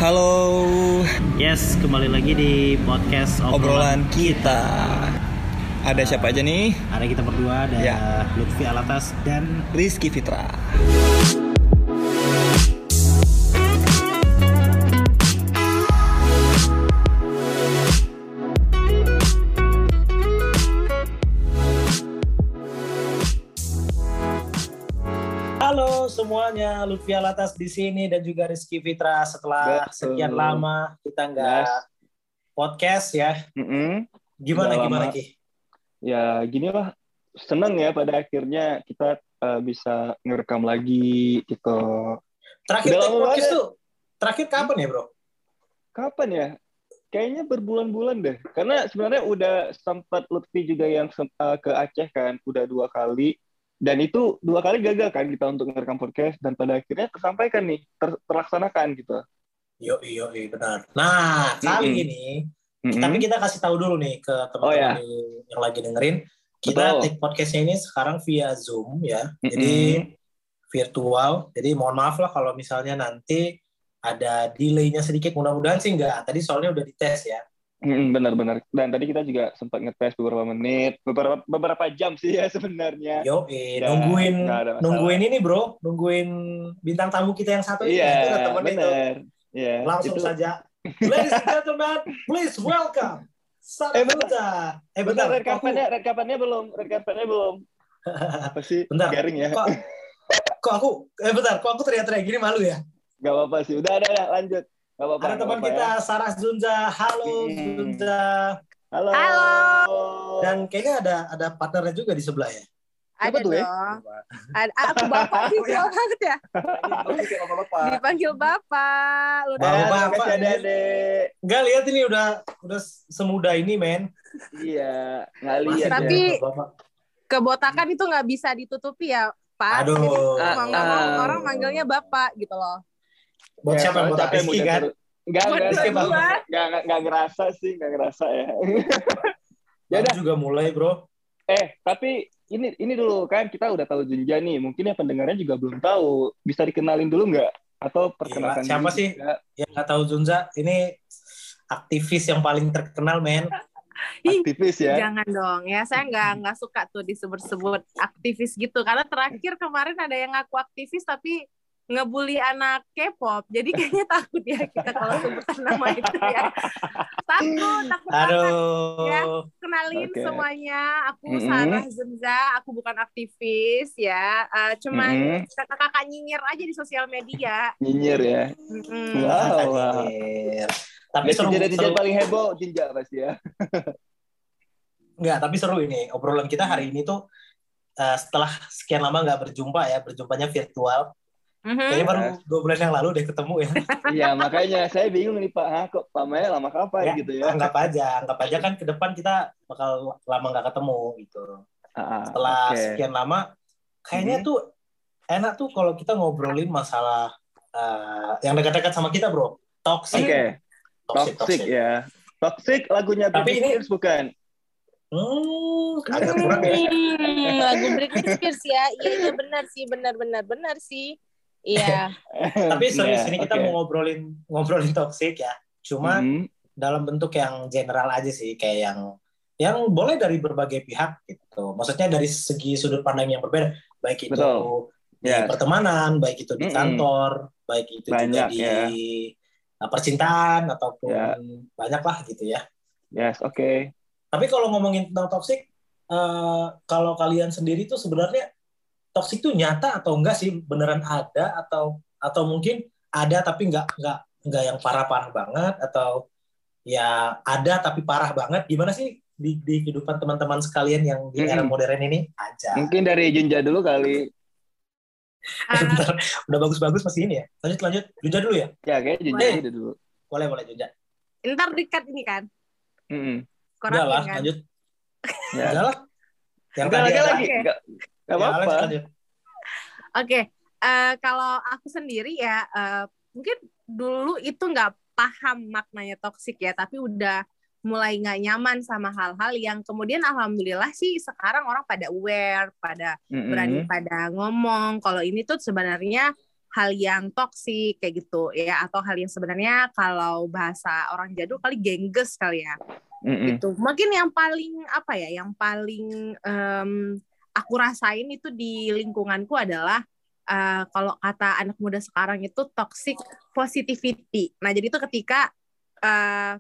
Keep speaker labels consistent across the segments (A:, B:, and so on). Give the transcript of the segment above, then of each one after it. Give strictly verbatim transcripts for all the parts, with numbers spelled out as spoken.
A: Halo.
B: Yes, kembali lagi di podcast
A: obrolan, obrolan kita. Ada uh, siapa aja nih?
B: Ada kita berdua, ada ya. Lutfi Alatas dan
A: Rizky Fitra.
B: Halo semuanya, Lutfi Alatas di sini dan juga Rizky Fitra. Setelah Betul. sekian lama kita nggak yes. podcast ya.
A: Mm-mm.
B: Gimana
A: Udah
B: gimana
A: lama.
B: Ki?
A: Ya gini lah, seneng ya pada akhirnya kita uh, bisa ngerekam lagi gitu.
B: Terakhir take podcast tuh, terakhir kapan ya bro?
A: Kapan ya? Kayaknya berbulan-bulan deh. Karena sebenarnya udah sempat Lutfi juga yang uh, ke Aceh kan, udah dua kali. Dan itu dua kali gagal kan kita untuk merekam podcast, dan pada akhirnya tersampaikan nih, ter- terlaksanakan gitu.
B: Yo yo benar. Nah kali mm-hmm. ini, mm-hmm. tapi kita kasih tahu dulu nih ke teman-teman oh, ya. yang lagi dengerin, kita Betul. take podcastnya ini sekarang via Zoom ya, mm-hmm. jadi virtual. Jadi mohon maaf lah kalau misalnya nanti ada delay-nya sedikit. Mudah-mudahan sih enggak. Tadi soalnya udah dites ya.
A: Hmm, benar-benar. Dan tadi kita juga sempat ngetes beberapa menit, beberapa beberapa jam sih ya sebenarnya.
B: Yo, eh, nungguin nungguin ini bro, nungguin bintang tamu kita yang satu ini.
A: Iya, benar.
B: Yeah, Langsung itu. saja. Ladies and gentlemen, please welcome.
A: Eh bentar, eh bentar, red carpet-nya, red carpet-nya belum, red carpet-nya belum. Apa sih?
B: Bentar.
A: Garing ya.
B: Kok, kok aku, eh bentar, kok aku teriak-teriak gini malu ya?
A: Gak apa-apa sih. Udah, udah, udah lanjut. Apa-apa,
B: ada teman kita ya. Sarah Zunza. Halo hmm. Zunza.
A: Halo.
C: Halo.
B: Dan kayaknya ada ada partnernya juga di sebelah ya.
C: Ada dong. Ya? Ada aku bapak sih banget ya. Dipanggil bapak.
B: Lu udah bapak ada deh. Enggak lihat ini udah udah semudah ini men.
A: Iya, enggak lihat.
C: Tapi ya. Kebotakan itu nggak bisa ditutupi ya, Pak.
B: Aduh.
C: Jadi, mau nggak mau orang manggilnya bapak gitu loh.
B: Buat ya, siapa yang buat Rizky kan?
A: Enggak, enggak, enggak, enggak ngerasa sih, enggak ngerasa ya.
B: Ya udah juga mulai, Bro.
A: Eh, tapi ini ini dulu kan kita udah tahu Junja nih. Mungkin yang pendengarnya juga belum tahu. Bisa dikenalin dulu enggak? Atau perkenalkan
B: siapa dulu sih juga? Yang enggak tahu Junja? Ini aktivis yang paling terkenal, men.
A: Aktivis ya?
C: Jangan dong ya, saya nggak nggak suka tuh disebut-sebut aktivis gitu. Karena terakhir kemarin ada yang ngaku aktivis tapi ngebully anak K-pop, jadi kayaknya takut ya kita kalau sebut nama itu ya. Takut, takut banget ya. Kenalin okay. semuanya, aku mm-hmm. Sarah Zunza, aku bukan aktivis ya, uh, cuman mm-hmm. kakak-kakak nyinyir aja di sosial media.
A: Nyinyir ya.
B: Mm-hmm. Wow. wow. Tapi seru,
A: seru. Paling heboh Jinja pasti ya.
B: Enggak, tapi seru ini obrolan kita hari ini tuh uh, setelah sekian lama nggak berjumpa ya, berjumpanya virtual. Mm-hmm. Kayaknya baru dua bulan yang lalu deh ketemu ya.
A: Iya makanya saya bingung nih Pak, Hah, kok Pak Maya lama kapan ya, gitu ya.
B: Anggap aja, anggap aja kan ke depan kita bakal lama nggak ketemu gitu. Ah, Setelah okay. sekian lama, kayaknya mm-hmm. tuh enak tuh kalau kita ngobrolin masalah uh, yang dekat-dekat sama kita bro. Toxic.
A: Oke. Okay. Toxic, toxic ya. Toxic lagunya Britney Spears bukan?
B: Hmm, agak kurang ya.
C: Hmm, lagu Britney Spears ya. Iya, iya benar sih, benar-benar benar sih. Iya.
B: Tapi serius yeah, ini kita okay. mau ngobrolin ngobrolin toxic ya. Cuma mm-hmm. dalam bentuk yang general aja sih, kayak yang yang boleh dari berbagai pihak gitu. Maksudnya dari segi sudut pandang yang berbeda, baik itu Betul. di yes. pertemanan, baik itu di mm-hmm. kantor, baik itu Banyak, juga di ya. percintaan ataupun yeah. banyak lah gitu ya.
A: Yes, oke. Okay.
B: Tapi kalau ngomongin tentang toxic, uh, kalau kalian sendiri tuh sebenarnya toksik itu nyata atau enggak sih, beneran ada atau atau mungkin ada tapi enggak enggak enggak yang parah-parah banget, atau ya ada tapi parah banget. Gimana sih di, di kehidupan teman-teman sekalian yang di era hmm. modern ini aja?
A: Mungkin dari Junja dulu kali.
B: Uh. Bentar, udah bagus-bagus masih ini ya. Lanjut lanjut Junja dulu ya.
A: Ya kayak Junja boleh. dulu.
B: Boleh boleh Junja.
C: Ntar dekat ini kan.
A: Mm-hmm.
B: Udah lah kan? Lanjut. Ya udah lah. Yang
A: Enggak
B: tadi
A: lagi
B: ada.
A: lagi. Enggak. Gak apa-apa.
C: Oke, okay. uh, kalau aku sendiri ya, uh, mungkin dulu itu nggak paham maknanya toksik ya, tapi udah mulai nggak nyaman sama hal-hal yang kemudian alhamdulillah sih sekarang orang pada aware, pada mm-hmm. berani pada ngomong. Kalau ini tuh sebenarnya hal yang toksik kayak gitu ya, atau hal yang sebenarnya kalau bahasa orang jadul kali gengges kali ya. Mm-hmm. Gitu. Mungkin yang paling apa ya, yang paling um, aku rasain itu di lingkunganku adalah uh, kalau kata anak muda sekarang itu toxic positivity. Nah, jadi itu ketika uh,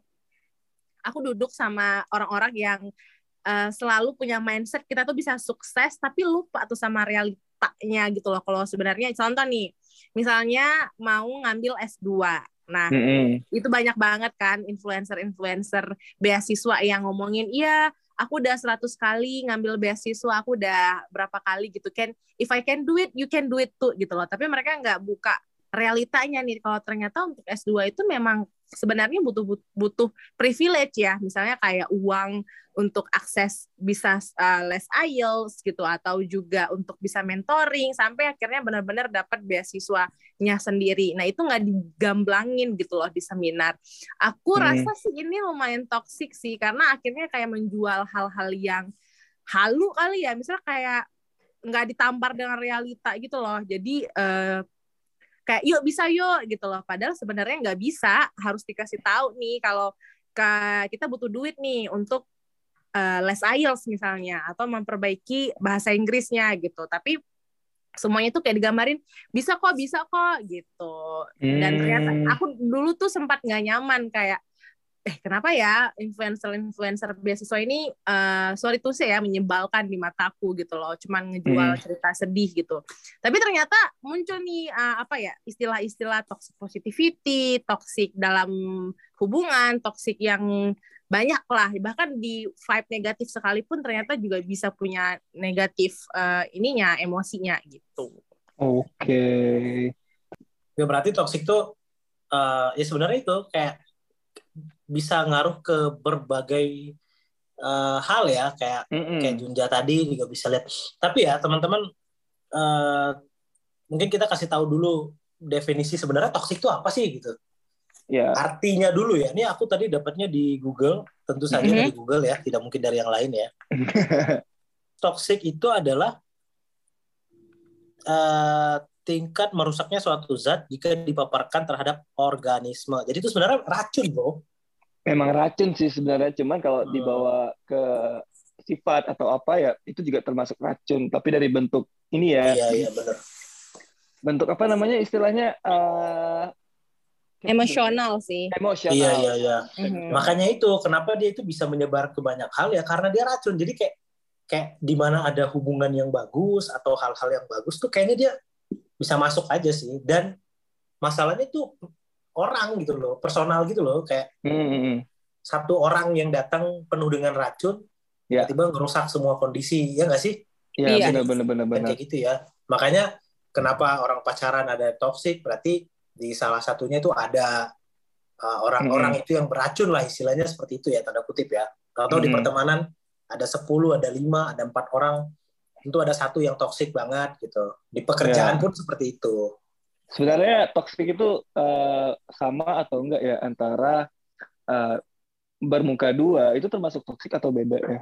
C: aku duduk sama orang-orang yang uh, selalu punya mindset kita tuh bisa sukses tapi lupa tuh sama realitanya gitu loh. Kalau sebenarnya contoh nih, misalnya mau ngambil S dua. Nah, mm-hmm. itu banyak banget kan influencer-influencer beasiswa yang ngomongin, iya, aku udah seratus kali ngambil beasiswa, aku udah berapa kali gitu kan. If I can do it, you can do it too gitu loh. Tapi mereka nggak buka realitanya nih, kalau ternyata untuk S dua itu memang sebenarnya butuh butuh privilege ya, misalnya kayak uang untuk akses bisa uh, les I E L T S gitu, atau juga untuk bisa mentoring sampai akhirnya benar-benar dapat beasiswanya sendiri. Nah, itu nggak digamblangin gitu loh di seminar. Aku hmm. rasa sih ini lumayan toksik sih, karena akhirnya kayak menjual hal-hal yang halu kali ya, misalnya kayak nggak ditampar dengan realita gitu loh. Jadi uh, kayak yuk bisa yuk gitu loh, padahal sebenarnya nggak bisa, harus dikasih tahu nih kalau kita butuh duit nih untuk uh, les I E L T S misalnya, atau memperbaiki bahasa Inggrisnya gitu, tapi semuanya tuh kayak digambarin bisa kok bisa kok gitu. Dan ternyata aku dulu tuh sempat nggak nyaman, kayak eh kenapa ya influencer-influencer beasiswa ini uh, sorry tuh saya ya menyebalkan di mataku gitu loh, cuman ngejual hmm. cerita sedih gitu. Tapi ternyata muncul nih uh, apa ya istilah-istilah toxic positivity, toxic dalam hubungan, toxic yang banyak lah, bahkan di vibe negatif sekalipun ternyata juga bisa punya negatif uh, ininya, emosinya gitu.
A: Oke. Okay.
B: Ya berarti toxic tuh uh, ya sebenarnya itu kayak bisa ngaruh ke berbagai uh, hal ya, kayak mm-hmm. kayak Junja tadi juga bisa lihat. Tapi ya teman-teman, uh, mungkin kita kasih tahu dulu definisi sebenarnya toksik itu apa sih gitu. Yeah. Artinya dulu ya. Ini aku tadi dapatnya di Google, tentu saja mm-hmm. dari Google ya, tidak mungkin dari yang lain ya. Toksik itu adalah uh, tingkat merusaknya suatu zat jika dipaparkan terhadap organisme. Jadi itu sebenarnya racun, bro.
A: Memang racun sih sebenarnya, cuman kalau dibawa ke sifat atau apa ya, itu juga termasuk racun. Tapi dari bentuk ini ya.
B: Iya, iya benar.
A: Bentuk apa namanya istilahnya? Uh,
C: emosional sih.
A: Emosional.
B: Iya, iya, iya. Mm-hmm. Makanya itu, kenapa dia itu bisa menyebar ke banyak hal ya, karena dia racun. Jadi kayak kayak di mana ada hubungan yang bagus atau hal-hal yang bagus tuh kayaknya dia bisa masuk aja sih. Dan masalahnya tuh orang gitu loh, personal gitu loh, kayak hmm. satu orang yang datang penuh dengan racun, ya. Tiba-tiba ngerusak semua kondisi, ya nggak sih?
A: Iya, benar-benar.
B: Kayak gitu ya. Makanya kenapa orang pacaran ada toksik, berarti di salah satunya itu ada uh, orang-orang hmm. itu yang beracun lah, istilahnya seperti itu ya, tanda kutip ya. Atau hmm. di pertemanan ada sepuluh, ada lima, ada empat orang, tentu ada satu yang toksik banget gitu. Di pekerjaan ya. Pun seperti itu.
A: Sebenarnya toksik itu uh, sama atau enggak ya antara uh, bermuka dua, itu termasuk toksik atau beda ya?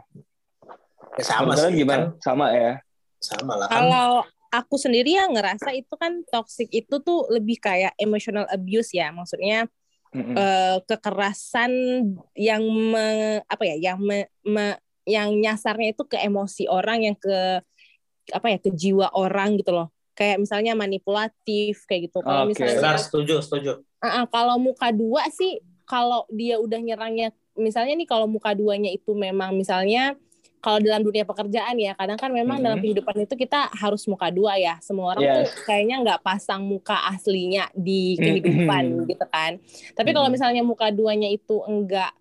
B: Ya sama sih.
A: Gimana? Kan? Sama ya?
B: Sama lah.
C: Kalau aku sendiri ya ngerasa itu kan toksik itu tuh lebih kayak emotional abuse ya, maksudnya mm-hmm. uh, kekerasan yang me, apa ya, yang me, me, yang nyasarnya itu ke emosi orang, yang ke apa ya, ke jiwa orang gitu loh. Kayak misalnya manipulatif kayak gitu. Kalau
B: okay.
C: misalnya
B: Benar, setuju, setuju.
C: Uh, kalau muka dua sih, kalau dia udah nyerangnya, misalnya nih kalau muka duanya itu memang misalnya kalau dalam dunia pekerjaan ya, kadang kan memang mm-hmm. dalam kehidupan itu kita harus muka dua ya. Semua orang yes. tuh kayaknya nggak pasang muka aslinya di kehidupan mm-hmm. gitu kan. Tapi mm-hmm. kalau misalnya muka duanya itu enggak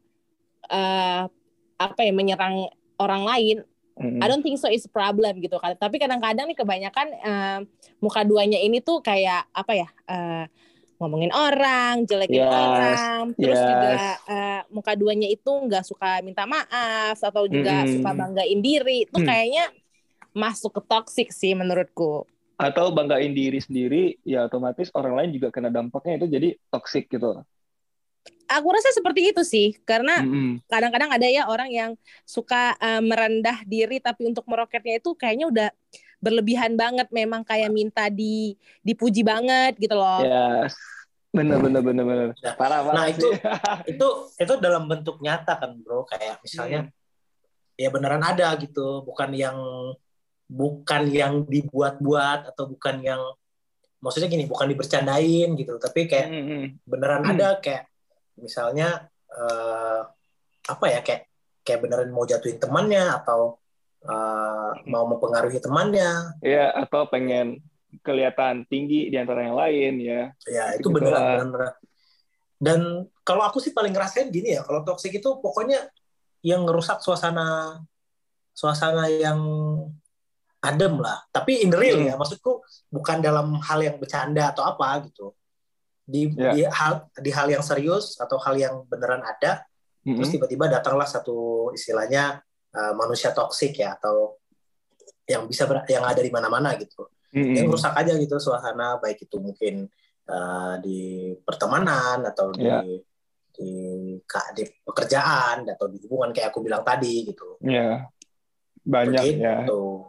C: uh, apa ya, menyerang orang lain, I don't think so it's a problem gitu kan. Tapi kadang-kadang nih kebanyakan uh, muka duanya ini tuh kayak apa ya, uh, ngomongin orang, jelekin yes, orang, terus yes. juga uh, muka duanya itu nggak suka minta maaf atau juga mm-hmm. suka banggain diri. Itu kayaknya masuk ke toksik sih menurutku.
A: Atau banggain diri sendiri, ya otomatis orang lain juga kena dampaknya, itu jadi toksik gitu.
C: Aku rasa seperti itu sih, karena mm-hmm. kadang-kadang ada ya orang yang suka uh, merendah diri, tapi untuk meroketnya itu kayaknya udah berlebihan banget, memang kayak minta di dipuji banget gitu loh.
A: Yes. Bener bener bener bener.
B: Nah,
A: parah
B: nah
A: banget
B: itu
A: sih.
B: itu itu dalam bentuk nyata kan bro, kayak misalnya hmm. ya beneran ada gitu, bukan yang bukan yang dibuat-buat atau bukan yang maksudnya gini, bukan dibercandain gitu, tapi kayak hmm. beneran hmm. ada, kayak misalnya uh, apa ya, kayak kayak beneran mau jatuhin temannya atau uh, mau mempengaruhi temannya.
A: Ya, atau pengen kelihatan tinggi di antara yang lain ya.
B: Ya, itu beneran beneran. Dan kalau aku sih paling ngerasain gini ya, kalau toksik itu pokoknya yang ngerusak suasana suasana yang adem lah. Tapi in real hmm. ya, maksudku bukan dalam hal yang bercanda atau apa gitu. Di, yeah. di hal di hal yang serius atau hal yang beneran ada, mm-hmm. terus tiba-tiba datanglah satu istilahnya uh, manusia toksik ya, atau yang bisa ber, yang ada di mana-mana gitu, mm-hmm. yang rusak aja gitu suasana, baik itu mungkin uh, di pertemanan atau di, yeah. di di pekerjaan atau di hubungan kayak aku bilang tadi gitu.
A: Iya. Yeah. Banyak begitu. Ya.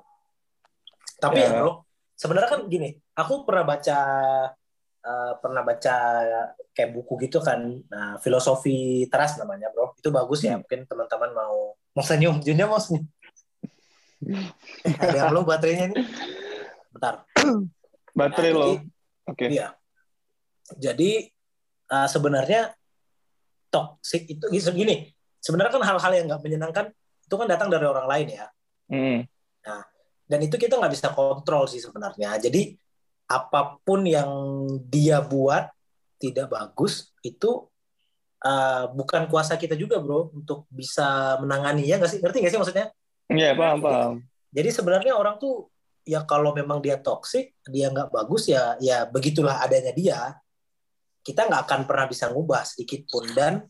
B: Tapi yeah. ya bro, sebenarnya kan gini, aku pernah baca Uh, pernah baca kayak buku gitu kan, nah, filosofi teras namanya bro, itu bagus ya, hmm. mungkin teman-teman mau mau senyum, Junnya mau senyum. eh, ada yang lo baterainya nih, bentar.
A: Baterai nah, lo, oke. Okay.
B: Iya. Jadi uh, sebenarnya toxic itu gini, sebenarnya kan hal-hal yang nggak menyenangkan itu kan datang dari orang lain ya. Hmm. Nah, dan itu kita nggak bisa kontrol sih sebenarnya. Jadi apapun yang dia buat tidak bagus, itu uh, bukan kuasa kita juga bro untuk bisa menangani, ya nggak sih? Ngerti nggak sih maksudnya?
A: Iya, paham, paham.
B: Jadi sebenarnya orang tuh ya kalau memang dia toksik, dia nggak bagus ya, ya begitulah adanya dia. Kita nggak akan pernah bisa ngubah sedikit pun. Dan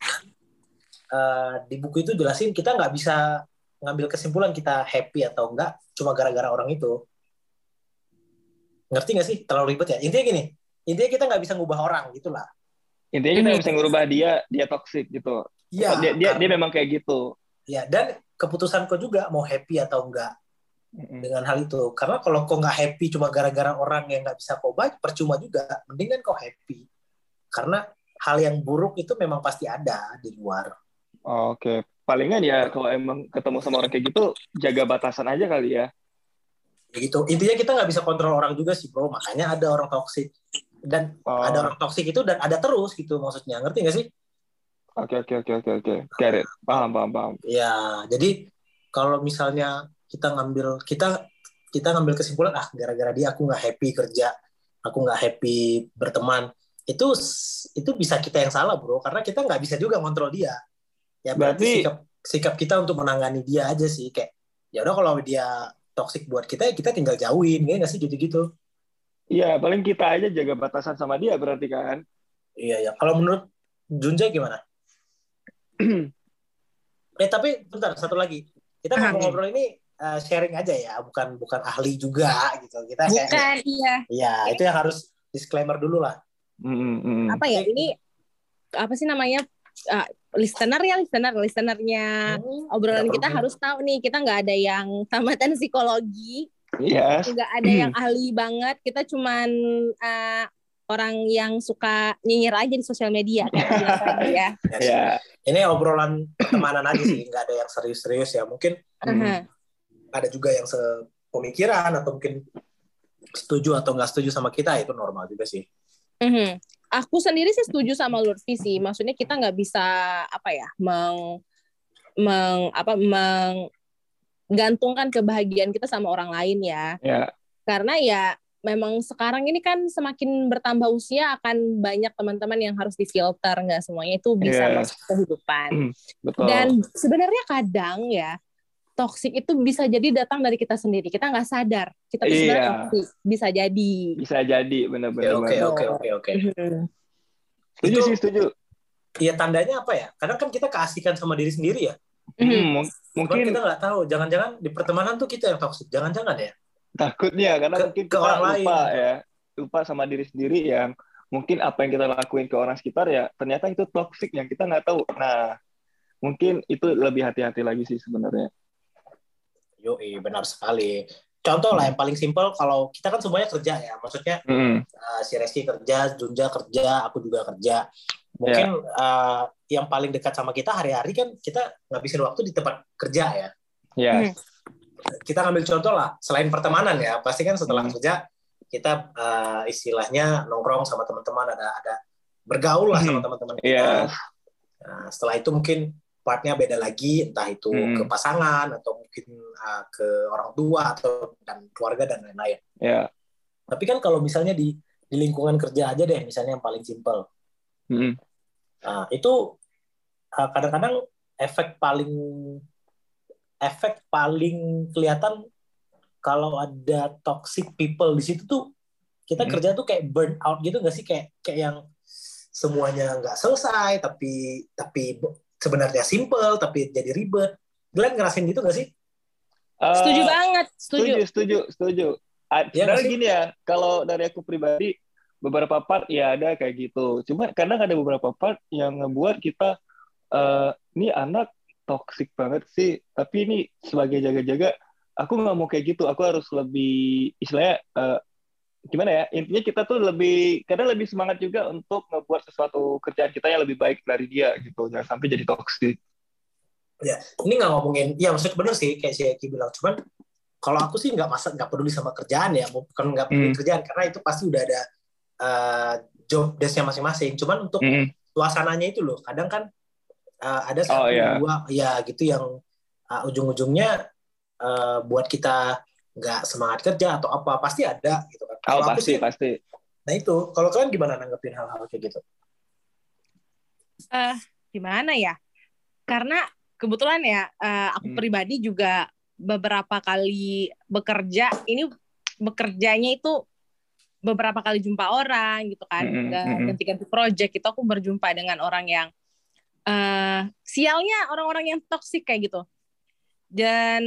B: uh, di buku itu jelasin kita nggak bisa ngambil kesimpulan kita happy atau enggak cuma gara-gara orang itu. Ngerti nggak sih? Terlalu ribet ya. Intinya gini, intinya kita nggak bisa ngubah orang gitulah.
A: Intinya kita nggak bisa ngubah dia, dia toksik gitu.
B: Iya.
A: Dia, dia, dia memang kayak gitu.
B: Iya. Dan keputusan kau juga mau happy atau enggak mm-hmm. dengan hal itu. Karena kalau kau nggak happy cuma gara-gara orang yang nggak bisa kau baik, percuma juga. Mendingan kau happy. Karena hal yang buruk itu memang pasti ada di luar.
A: Oh, oke. Okay. Palingan ya kalau emang ketemu sama orang kayak gitu, jaga batasan aja kali ya.
B: Gitu. Intinya kita nggak bisa kontrol orang juga sih bro, makanya ada orang toksik dan oh. ada orang toksik itu dan ada terus gitu maksudnya, ngerti nggak sih?
A: Oke oke oke oke oke, get it, paham paham paham.
B: Ya, jadi kalau misalnya kita ngambil kita kita ngambil kesimpulan ah gara-gara dia aku nggak happy kerja, aku nggak happy berteman, itu itu bisa kita yang salah bro, karena kita nggak bisa juga kontrol dia. Ya berarti, berarti sikap sikap kita untuk menangani dia aja sih, kayak ya udah kalau dia toksik buat kita, ya kita tinggal jauhin, ya nggak sih gitu-gitu.
A: Iya, paling kita aja jaga batasan sama dia berarti kan.
B: Iya, ya. Kalau menurut Junja gimana? eh, tapi bentar, satu lagi. Kita ngobrol-ngobrol ini uh, sharing aja ya, bukan bukan ahli juga gitu. Kita
C: bukan, kayak, iya.
B: Iya, itu yang harus disclaimer dulu lah.
A: Mm-hmm.
C: Apa ya, ini, apa sih namanya, uh, listener ya listener listenernya hmm, obrolan kita harus tahu nih, kita nggak ada yang tamatan psikologi,
A: yes.
C: nggak ada yang ahli banget, kita cuman uh, orang yang suka nyinyir aja di sosial media kayak biasa ya.
B: Yes. Yeah. Ini obrolan pertemanan aja sih, nggak ada yang serius-serius ya, mungkin uh-huh. ada juga yang sepemikiran atau mungkin setuju atau nggak setuju sama kita, itu normal juga sih.
C: Uh-huh. Aku sendiri sih setuju sama Lutfi sih. Maksudnya kita nggak bisa apa ya meng, meng apa menggantungkan kebahagiaan kita sama orang lain ya.
A: Yeah.
C: Karena ya memang sekarang ini kan semakin bertambah usia akan banyak teman-teman yang harus difilter, nggak semuanya itu bisa yes. masuk kehidupan.
A: Mm, betul.
C: Dan sebenarnya kadang ya toksik itu bisa jadi datang dari kita sendiri. Kita nggak sadar. Kita tuh sebenarnya
A: iya.
C: toksik. Bisa jadi.
A: Bisa jadi, benar-benar.
B: Oke, oke, oke, oke.
A: Setuju sih, setuju.
B: Iya, tandanya apa ya? Kadang kan kita keasikan sama diri sendiri ya.
A: Hmm, mungkin
B: kita nggak tahu. Jangan-jangan di pertemanan tuh kita yang toksik. Jangan-jangan ya.
A: Takutnya, karena ke, mungkin
B: ke
A: kita
B: orang
A: lupa
B: lain.
A: ya. Lupa sama diri sendiri yang mungkin apa yang kita lakuin ke orang sekitar ya, ternyata itu toksik yang kita nggak tahu. Nah, mungkin itu lebih hati-hati lagi sih sebenarnya.
B: Yoi, benar sekali. contoh lah yang paling simpel, kalau kita kan semuanya kerja ya, maksudnya mm. uh, si Reski kerja, Junja kerja, aku juga kerja. Mungkin yeah. uh, yang paling dekat sama kita hari-hari kan kita ngabisin waktu di tempat kerja ya.
A: Yes.
B: Kita ngambil contoh lah, selain pertemanan ya, pasti kan setelah mm. kerja kita uh, istilahnya nongkrong sama teman-teman, ada ada bergaul lah sama teman-teman kita.
A: Yeah.
B: Nah, setelah itu mungkin partnya beda lagi, entah itu hmm. ke pasangan atau mungkin uh, ke orang tua atau dan keluarga dan lain-lain.
A: Yeah.
B: Tapi kan kalau misalnya di di lingkungan kerja aja deh, misalnya yang paling simpel,
A: hmm.
B: uh, itu uh, kadang-kadang efek paling efek paling kelihatan kalau ada toxic people di situ tuh kita hmm. kerja tuh kayak burn out gitu nggak sih, kayak kayak yang semuanya nggak selesai tapi tapi sebenarnya simple tapi jadi ribet. Glenn ngerasain gitu nggak sih?
C: Uh, setuju banget, setuju.
A: Setuju, setuju, setuju.
B: Ya,
A: sebenarnya gini ya, kalau dari aku pribadi, beberapa part ya ada kayak gitu. Cuma kadang ada beberapa part yang ngebuat kita, uh, ini anak toksik banget sih, tapi ini sebagai jaga-jaga, aku nggak mau kayak gitu. Aku harus lebih, istilahnya, uh, gimana ya, intinya kita tuh lebih kadang lebih semangat juga untuk ngebuat sesuatu kerjaan kita yang lebih baik dari dia gitu, jangan sampai jadi toksik.
B: Ya, ini nggak ngomongin, ya maksudnya bener sih kayak si Eki bilang, cuman kalau aku sih nggak masa nggak peduli sama kerjaan ya, bukan nggak peduli hmm. kerjaan karena itu pasti udah ada uh, job desk-nya masing-masing. Cuman untuk hmm. suasananya itu loh, kadang kan uh, ada satu oh, yeah. dua ya gitu yang uh, ujung-ujungnya uh, buat kita nggak semangat kerja atau apa, pasti ada gitu kan.
A: Oh, kalau pasti, sih, pasti.
B: Nah itu, kalau kalian gimana nanggepin hal-hal kayak gitu?
C: Uh, gimana ya? Karena kebetulan ya, uh, aku hmm. pribadi juga beberapa kali bekerja, ini bekerjanya itu beberapa kali jumpa orang gitu kan, hmm. hmm. ganti-ganti project itu aku berjumpa dengan orang yang uh, sialnya orang-orang yang toksik kayak gitu. Dan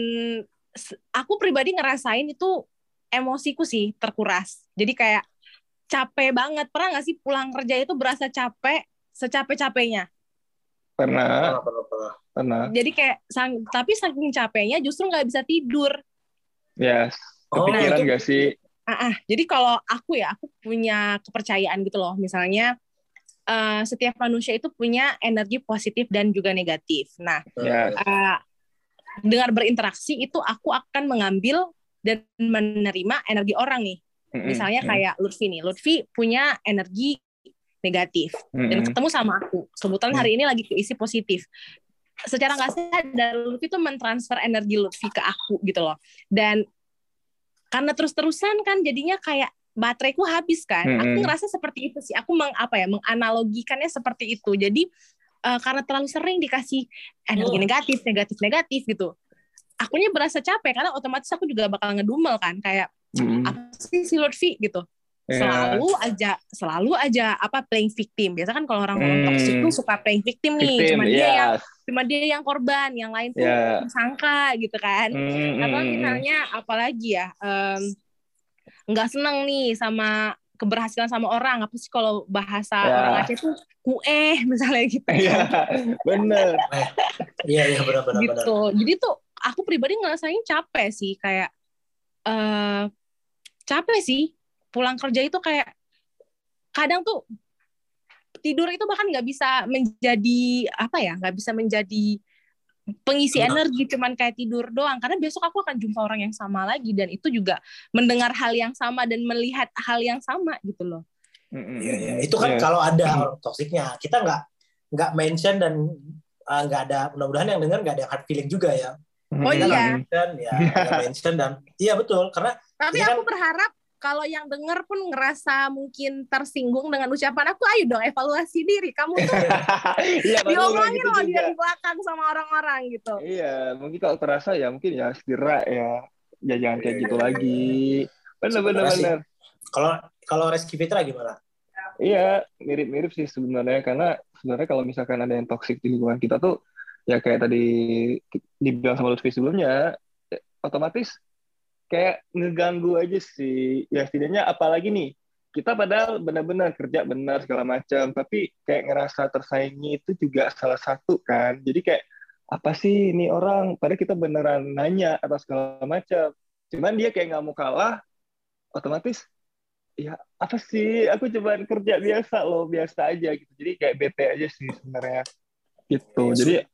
C: aku pribadi ngerasain itu emosiku sih terkuras. Jadi kayak capek banget. Pernah nggak sih pulang kerja itu berasa capek, secapek-capeknya?
A: Pernah. Pernah, pernah. Pernah.
C: Jadi kayak, sang, tapi saking capeknya justru nggak bisa tidur.
A: Yes. Kepikiran nggak oh, sih?
C: Ah, ah. Jadi kalau aku ya, aku punya kepercayaan gitu loh. Misalnya, uh, setiap manusia itu punya energi positif dan juga negatif. Nah, yes. uh, dengan berinteraksi itu aku akan mengambil dan menerima energi orang nih. Mm-hmm. Misalnya kayak Lutfi nih. Lutfi punya energi negatif. Mm-hmm. Dan ketemu sama aku. Kebetulan hari ini lagi keisi positif. Secara nggak sadar, Lutfi tuh mentransfer energi Lutfi ke aku gitu loh. Dan karena terus-terusan kan jadinya kayak bateraiku habis kan. Mm-hmm. Aku ngerasa seperti itu sih. Aku meng, apa ya, menganalogikannya seperti itu. Jadi uh, karena terlalu sering dikasih energi oh. negatif, negatif, negatif gitu. Akunya berasa capek karena otomatis aku juga bakal ngedumel kan, kayak mm. apa sih si Lutfi gitu. Yeah. Selalu aja selalu aja apa playing victim. Biasa kan kalau orang-orang mm. toksik tuh suka playing victim nih, victim, cuma yes. dia yang cuma dia yang korban, yang lain tuh yeah. tersangka gitu kan. Mm. Atau misalnya apalagi ya nggak um, seneng nih sama keberhasilan sama orang, apa sih kalau bahasa yeah. orang Aceh tuh kueh misalnya gitu.
A: Iya, bener.
B: Iya, iya benar-benar.
C: Gitu. Jadi tuh aku pribadi ngerasain capek sih, kayak uh, capek sih pulang kerja itu kayak kadang tuh tidur itu bahkan nggak bisa menjadi apa ya, nggak bisa menjadi pengisi Benar. energi, cuman kayak tidur doang karena besok aku akan jumpa orang yang sama lagi dan itu juga mendengar hal yang sama dan melihat hal yang sama gitu loh.
B: Iya, ya. Itu kan yeah. kalau ada orang toksiknya kita nggak nggak mention dan nggak uh, ada, mudah-mudahan yang dengar nggak ada hard feeling juga ya.
C: Oh kita iya.
B: Mention, ya nggak mention dan iya betul karena.
C: Tapi aku kan, berharap kalau yang dengar pun ngerasa mungkin tersinggung dengan ucapan aku, ayo dong evaluasi diri. Kamu tuh iya, diomongin gitu loh dia di belakang sama orang-orang gitu.
A: Iya, mungkin kalau terasa ya mungkin ya segera ya, ya jangan kayak gitu lagi. Benar-benar.
B: Kalau kalau Reski Fitra gimana?
A: Iya, mirip-mirip sih sebenarnya, karena sebenarnya kalau misalkan ada yang toksik di lingkungan kita tuh, ya kayak tadi dibilang sama Lutfi sebelumnya, otomatis kayak ngeganggu aja sih. Ya setidaknya apalagi nih, kita padahal benar-benar kerja benar segala macam, tapi kayak ngerasa tersaingi itu juga salah satu kan. Jadi kayak, apa sih ini orang, padahal kita beneran nanya atas segala macam. Cuman dia kayak nggak mau kalah, otomatis ya apa sih? Aku cuma kerja biasa loh, biasa aja gitu. Jadi kayak bete aja sih sebenarnya gitu.
B: Ya,
A: jadi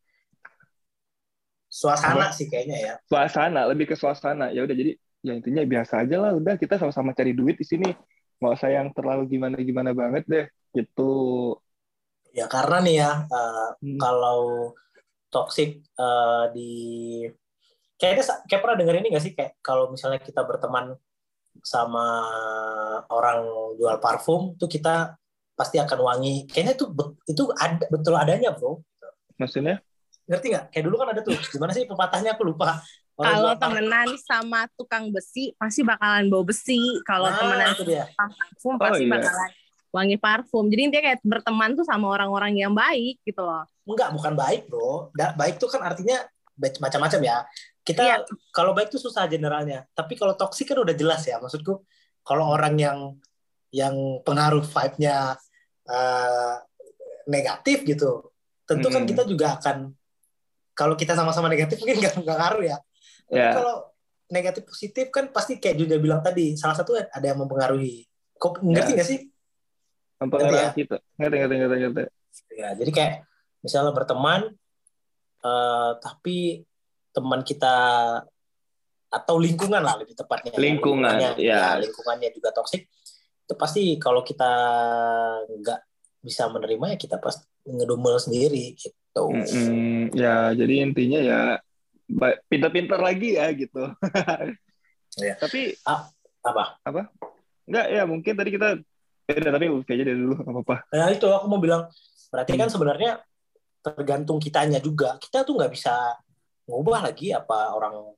B: suasana
A: apa?
B: sih kayaknya ya.
A: Suasana, lebih ke suasana. Ya udah jadi ya intinya biasa aja lah. Udah kita sama-sama cari duit di sini. Nggak usah yang terlalu gimana-gimana banget deh gitu.
B: Ya karena nih ya uh, hmm. kalau toxic uh, di kayaknya kayak pernah denger ini nggak sih kayak kalau misalnya kita berteman sama orang jual parfum tuh kita pasti akan wangi. Kayaknya itu itu ada, betul adanya, bro.
A: Maksudnya?
B: Ngerti nggak? Kayak dulu kan ada tuh. Gimana sih pepatahnya aku lupa.
C: Kalau temenan sama tukang besi pasti bakalan bau besi. Kalau nah, temenan sama parfum oh, pasti iya. bakalan wangi parfum. Jadi intinya kayak berteman tuh sama orang-orang yang baik gitu loh.
B: Enggak, bukan baik, bro. Baik tuh kan artinya macam-macam ya. Kita iya. Kalau baik tuh susah generalnya. Tapi kalau toksik kan udah jelas ya. Maksudku kalau orang yang yang pengaruh vibe-nya uh, negatif gitu, tentu hmm. kan kita juga akan kalau kita sama-sama negatif mungkin nggak nggak ngaruh ya. Tapi yeah. kalau negatif positif kan pasti kayak Julia bilang tadi, salah satu ada yang mempengaruhi. Kok ngerti nggak yeah. sih?
A: Mempengaruhi ya? Kita. Ngerti, ngerti, ngerti, ngerti.
B: Ya, jadi kayak misalnya berteman, uh, tapi teman kita atau lingkungan lah lebih tepatnya.
A: Lingkungan,
B: lingkungannya,
A: ya.
B: ya. Lingkungannya juga toksik. Itu pasti kalau kita nggak bisa menerima ya kita pasti ngedumel sendiri gitu.
A: Mm-hmm. Ya, jadi intinya ya pintar-pintar lagi ya gitu.
B: Ya.
A: Tapi
B: ah, apa?
A: Apa? Enggak ya mungkin tadi kita beda tapi kayaknya dari dulu nggak apa-apa.
B: Nah itu aku mau bilang berarti hmm. kan sebenarnya tergantung kitanya juga. Kita tuh nggak bisa ngubah lagi apa orang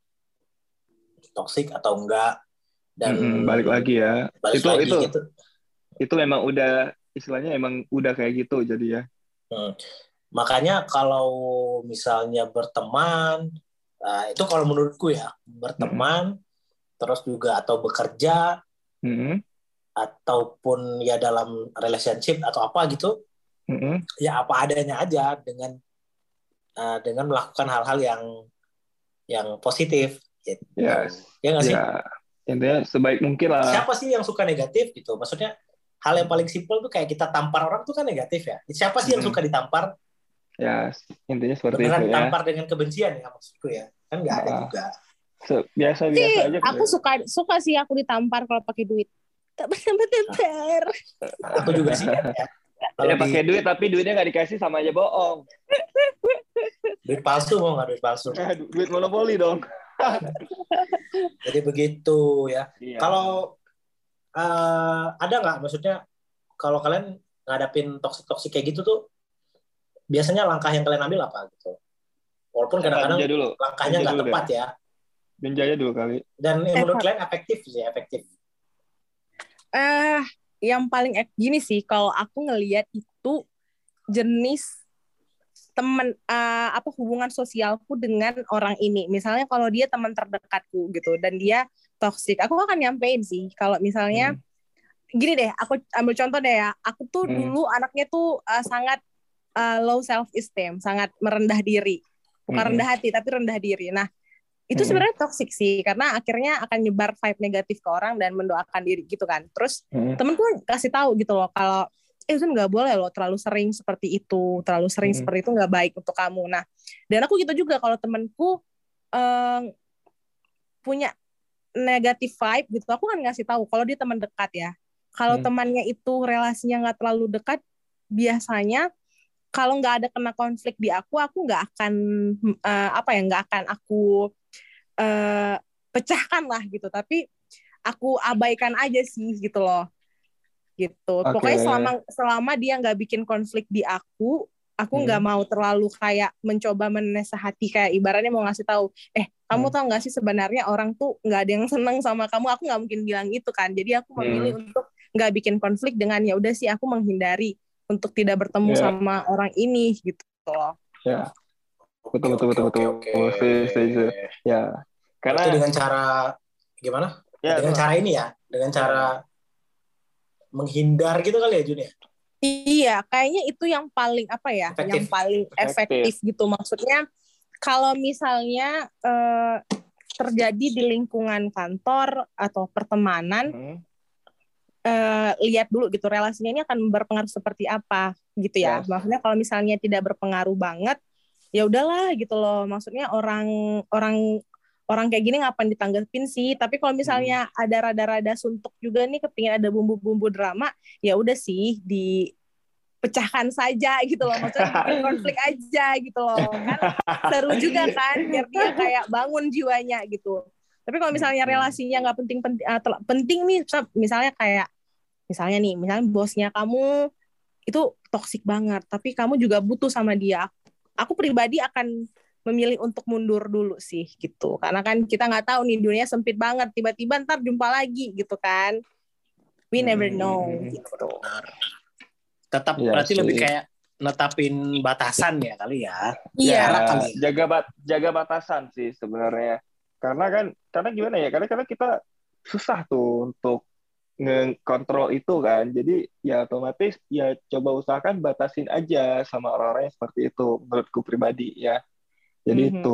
B: toksik atau enggak. Dan
A: mm-hmm, balik lagi ya.
B: Balik
A: itu
B: lagi,
A: itu
B: gitu.
A: Itu memang udah istilahnya emang udah kayak gitu jadi ya.
B: Hmm. Makanya kalau misalnya berteman, nah itu kalau menurutku ya berteman, mm-hmm. terus juga atau bekerja,
A: mm-hmm.
B: ataupun ya dalam relationship atau apa gitu,
A: mm-hmm.
B: ya apa adanya aja dengan uh, dengan melakukan hal-hal yang yang positif. Gitu.
A: Yes.
B: Ya nggak sih?
A: Ya. Intinya sebaik mungkin lah.
B: Siapa sih yang suka negatif gitu? Maksudnya hal yang paling simpel tuh kayak kita tampar orang tuh kan negatif ya. Siapa sih yang suka ditampar?
A: Ya, intinya seperti
B: beneran
A: itu ya.
B: Tampar dengan kebencian ya maksudku ya. Kan nggak ada juga.
A: Biasa-biasa aja.
C: Aku suka suka sih aku ditampar kalau pakai duit. Tak benar-benar.
B: Aku juga sih ya.
A: Kalau ya, pakai di... duit tapi duitnya nggak dikasih sama aja bohong.
B: Duit palsu mau nggak duit palsu?
A: Nah, duit monopoli dong.
B: Jadi begitu ya.
A: Iya.
B: Kalau uh, ada nggak maksudnya kalau kalian ngadapin toksik-toksik kayak gitu tuh biasanya langkah yang kalian ambil apa gitu? Walaupun kadang-kadang langkahnya nggak tepat deh. ya.
A: Benjaya dulu kali.
B: Dan yang menurut kalian efektif sih efektif.
C: Eh uh, yang paling gini sih kalau aku ngelihat itu jenis teman uh, apa hubungan sosialku dengan orang ini. Misalnya kalau dia teman terdekatku gitu dan dia toksik, aku akan nyampein sih. Kalau misalnya hmm. gini deh, aku ambil contoh deh ya. Aku tuh hmm. dulu anaknya tuh uh, sangat uh, low self esteem, sangat merendah diri. Bukan hmm. rendah hati tapi rendah diri. Nah, itu hmm. sebenarnya toksik sih karena akhirnya akan nyebar vibe negatif ke orang dan mendoakan diri gitu kan. Terus hmm. temenku kasih tahu gitu loh kalau eh itu nggak boleh loh terlalu sering seperti itu, terlalu sering mm-hmm. seperti itu nggak baik untuk kamu. Nah, dan aku gitu juga kalau temanku um, punya negatif vibe gitu, aku kan ngasih tahu kalau dia teman dekat ya. Kalau mm. temannya itu relasinya nggak terlalu dekat, biasanya kalau nggak ada kena konflik di aku, aku nggak akan uh, apa ya nggak akan aku uh, pecahkan lah gitu. Tapi aku abaikan aja sih gitu loh. Gitu. Okay. Pokoknya selama selama dia nggak bikin konflik di aku, aku nggak hmm. mau terlalu kayak mencoba menasehati kayak ibaratnya mau ngasih tahu, eh kamu hmm. tahu nggak sih sebenarnya orang tuh nggak ada yang seneng sama kamu, aku nggak mungkin bilang itu kan. Jadi aku memilih hmm. untuk nggak bikin konflik dengan ya udah sih aku menghindari untuk tidak bertemu yeah. sama orang ini gitu loh.
A: Ya, betul betul betul betul.
B: Oke, oke.
A: Ya, karena
B: itu dengan cara gimana? Ya, dengan betul. cara ini ya, dengan cara menghindar gitu kali ya Jun ya?
C: Iya, kayaknya itu yang paling apa ya, efektif. yang paling efektif, efektif gitu. Maksudnya kalau misalnya uh, terjadi di lingkungan kantor atau pertemanan, hmm. uh, lihat dulu gitu relasinya ini akan berpengaruh seperti apa gitu ya. Yes. Maksudnya kalau misalnya tidak berpengaruh banget, ya udahlah gitu loh. Maksudnya orang orang orang kayak gini ngapain ditanggepin sih? Tapi kalau misalnya hmm. ada rada-rada suntuk juga nih, kepingin ada bumbu-bumbu drama, ya udah sih dipecahkan saja gitu loh. Maksudnya bikin konflik aja gitu loh. Kan seru juga kan, biar dia kayak bangun jiwanya gitu. Tapi kalau misalnya relasinya nggak penting-penting, uh, penting nih, misalnya kayak, misalnya nih, misalnya bosnya kamu itu toksik banget, tapi kamu juga butuh sama dia. Aku pribadi akan memilih untuk mundur dulu sih gitu, karena kan kita nggak tahu nih, dunia sempit banget, tiba-tiba ntar jumpa lagi gitu kan, we never know hmm. gitu.
B: Tetap ya, berarti sih. Lebih kayak netapin batasan ya kali ya.
A: Iya. Ya, kali ya. Jaga bat jaga batasan sih sebenarnya, karena kan karena gimana ya, karena karena kita susah tuh untuk ngekontrol itu kan, jadi ya otomatis ya coba usahakan batasin aja sama orang-orang yang seperti itu, menurutku pribadi ya. Jadi mm-hmm. itu.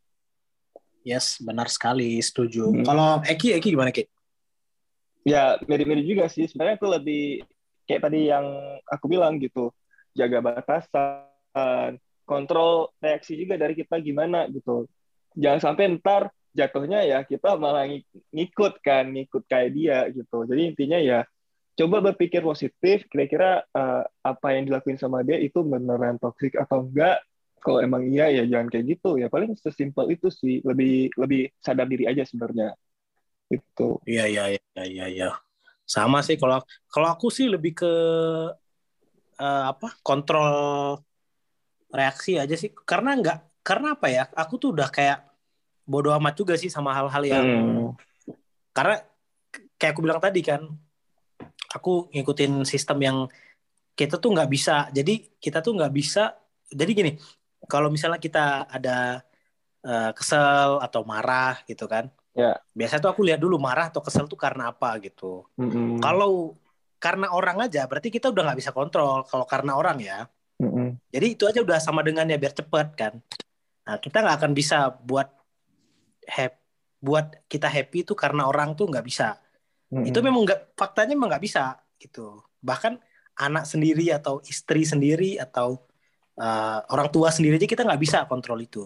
B: Yes, benar sekali, setuju. Hmm. Kalau Eki, Eki gimana Ki?
A: Ya mirip-mirip juga sih. Sebenarnya aku lebih kayak tadi yang aku bilang gitu, jaga batasan, kontrol reaksi juga dari kita gimana gitu. Jangan sampai ntar jatuhnya ya kita malah ngikut kan, ngikut kayak dia gitu. Jadi intinya ya coba berpikir positif. Kira-kira uh, apa yang dilakuin sama dia itu beneran toksik atau enggak? Kalau emang iya ya jangan kayak gitu ya, paling sesimpel itu sih, lebih lebih sadar diri aja sebenarnya itu.
B: Iya iya iya iya iya sama sih, kalau kalau aku sih lebih ke uh, apa kontrol reaksi aja sih, karena enggak karena apa ya, aku tuh udah kayak bodo amat juga sih sama hal-hal yang hmm. karena kayak aku bilang tadi kan, aku ngikutin sistem yang kita tuh nggak bisa, jadi kita tuh nggak bisa, jadi gini, kalau misalnya kita ada uh, kesel atau marah gitu kan,
A: ya.
B: Biasanya tuh aku lihat dulu marah atau kesel tuh karena apa gitu. Mm-hmm. Kalau karena orang aja, berarti kita udah nggak bisa kontrol. Kalau karena orang ya, mm-hmm. jadi itu aja udah sama dengan ya biar cepet kan. Nah kita nggak akan bisa buat happy, buat kita happy itu karena orang tuh nggak bisa. Mm-hmm. Itu memang nggak, faktanya memang nggak bisa gitu. Bahkan anak sendiri atau istri sendiri atau Uh, orang tua sendiri aja kita nggak bisa kontrol itu,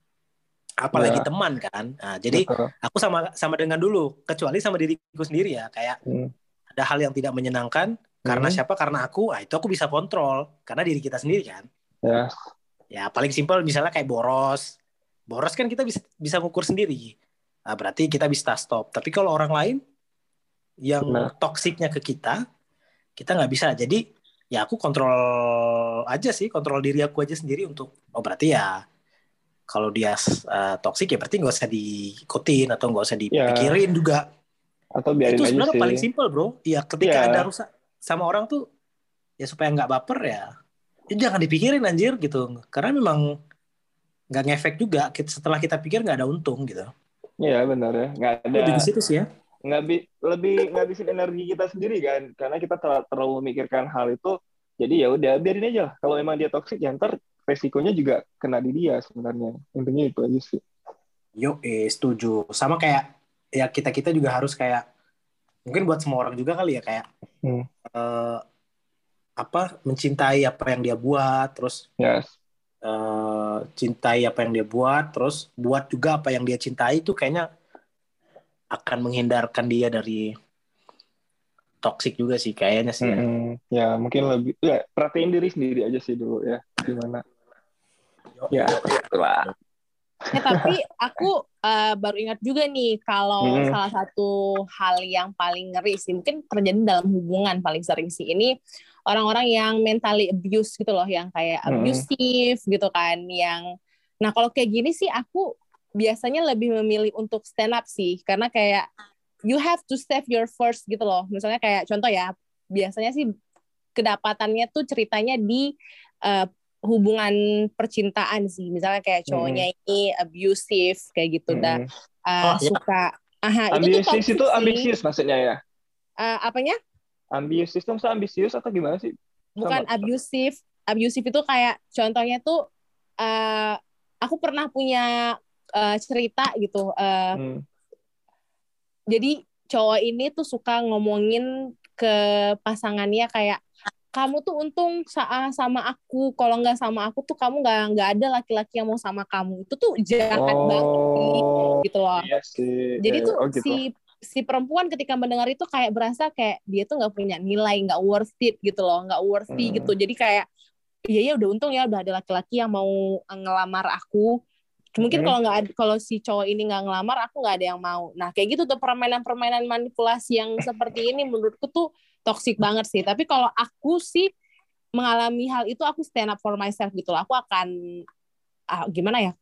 B: apalagi ya. Teman kan. Nah, jadi betul. Aku sama sama dengan dulu, kecuali sama diriku sendiri ya, kayak hmm. ada hal yang tidak menyenangkan hmm. karena siapa, karena aku, nah itu aku bisa kontrol karena diri kita sendiri kan.
A: Ya,
B: ya paling simpel misalnya kayak boros, boros kan kita bisa bisa ngukur sendiri. Nah, berarti kita bisa stop. Tapi kalau orang lain yang nah. toksiknya ke kita, kita nggak bisa. Jadi ya aku kontrol aja sih, kontrol diri aku aja sendiri untuk, oh berarti ya kalau dia uh, toksik ya berarti nggak usah diikutin atau nggak usah dipikirin ya. Juga.
A: Atau biarin
B: itu
A: aja
B: sebenarnya
A: sih.
B: Paling simpel bro. Ya ketika ya. Ada rusak sama orang tuh, ya supaya nggak baper ya, ya jangan dipikirin anjir gitu. Karena memang nggak ngefek juga. Setelah kita pikir nggak ada untung gitu.
A: Iya benar ya. Nggak ada.
B: Lebih di situ sih ya.
A: Nggak bi- lebih ngabisin energi kita sendiri kan, karena kita ter- terlalu memikirkan hal itu. Jadi ya udah biarin aja lah. Kalau emang dia toksik ya ntar resikonya juga kena di dia sebenarnya. Intinya itu aja sih.
B: Yo, eh, setuju. Sama kayak ya kita-kita juga harus kayak, mungkin buat semua orang juga kali ya, kayak hmm. uh, apa mencintai apa yang dia buat, terus
A: yes.
B: uh, cintai apa yang dia buat, terus buat juga apa yang dia cintai, itu kayaknya akan menghindarkan dia dari toksik juga sih kayaknya sih ya.
A: Mm-hmm. Ya mungkin lebih ya perhatiin diri sendiri aja sih dulu ya gimana. Yo, ya itulah.
C: Ya, tapi aku uh, baru ingat juga nih kalau hmm. salah satu hal yang paling ngeri sih, mungkin terjadi dalam hubungan paling sering sih, ini orang-orang yang mentally abuse gitu loh, yang kayak hmm. abusive gitu kan, yang nah kalau kayak gini sih aku biasanya lebih memilih untuk stand up sih, karena kayak you have to save your first gitu loh. Misalnya kayak contoh ya, biasanya sih kedapatannya tuh ceritanya di uh, hubungan percintaan sih. Misalnya kayak cowoknya mm-hmm. ini abusive kayak gitu, mm-hmm. dah uh, oh, suka. Ya. Aha,
A: ambisius
C: itu,
A: itu ambisius maksudnya ya?
C: Uh, apanya?
A: Ambisius itu maksudnya ambisius atau gimana sih?
C: Bukan abusive. Abusive itu kayak contohnya tuh uh, aku pernah punya uh, cerita gitu. Uh, hmm. Jadi cowok ini tuh suka ngomongin ke pasangannya kayak, kamu tuh untung sama aku, kalau nggak sama aku tuh kamu nggak nggak ada laki-laki yang mau sama kamu. Itu tuh jahat oh, banget sih, gitu loh.
A: Iya sih.
C: Jadi
A: ya,
C: tuh
A: oh, gitu.
C: si si perempuan ketika mendengar itu kayak berasa kayak dia tuh nggak punya nilai, nggak worth it gitu loh, nggak worthy hmm. gitu. Jadi kayak iya ya udah untung ya udah ada laki-laki yang mau ngelamar aku. Mungkin hmm. kalau nggak kalau si cowok ini nggak ngelamar, aku nggak ada yang mau. Nah kayak gitu tuh permainan-permainan manipulasi yang seperti ini menurutku tuh toxic banget sih. Tapi kalau aku sih mengalami hal itu, aku stand up for myself gitu loh. Aku akan ah, gimana ya?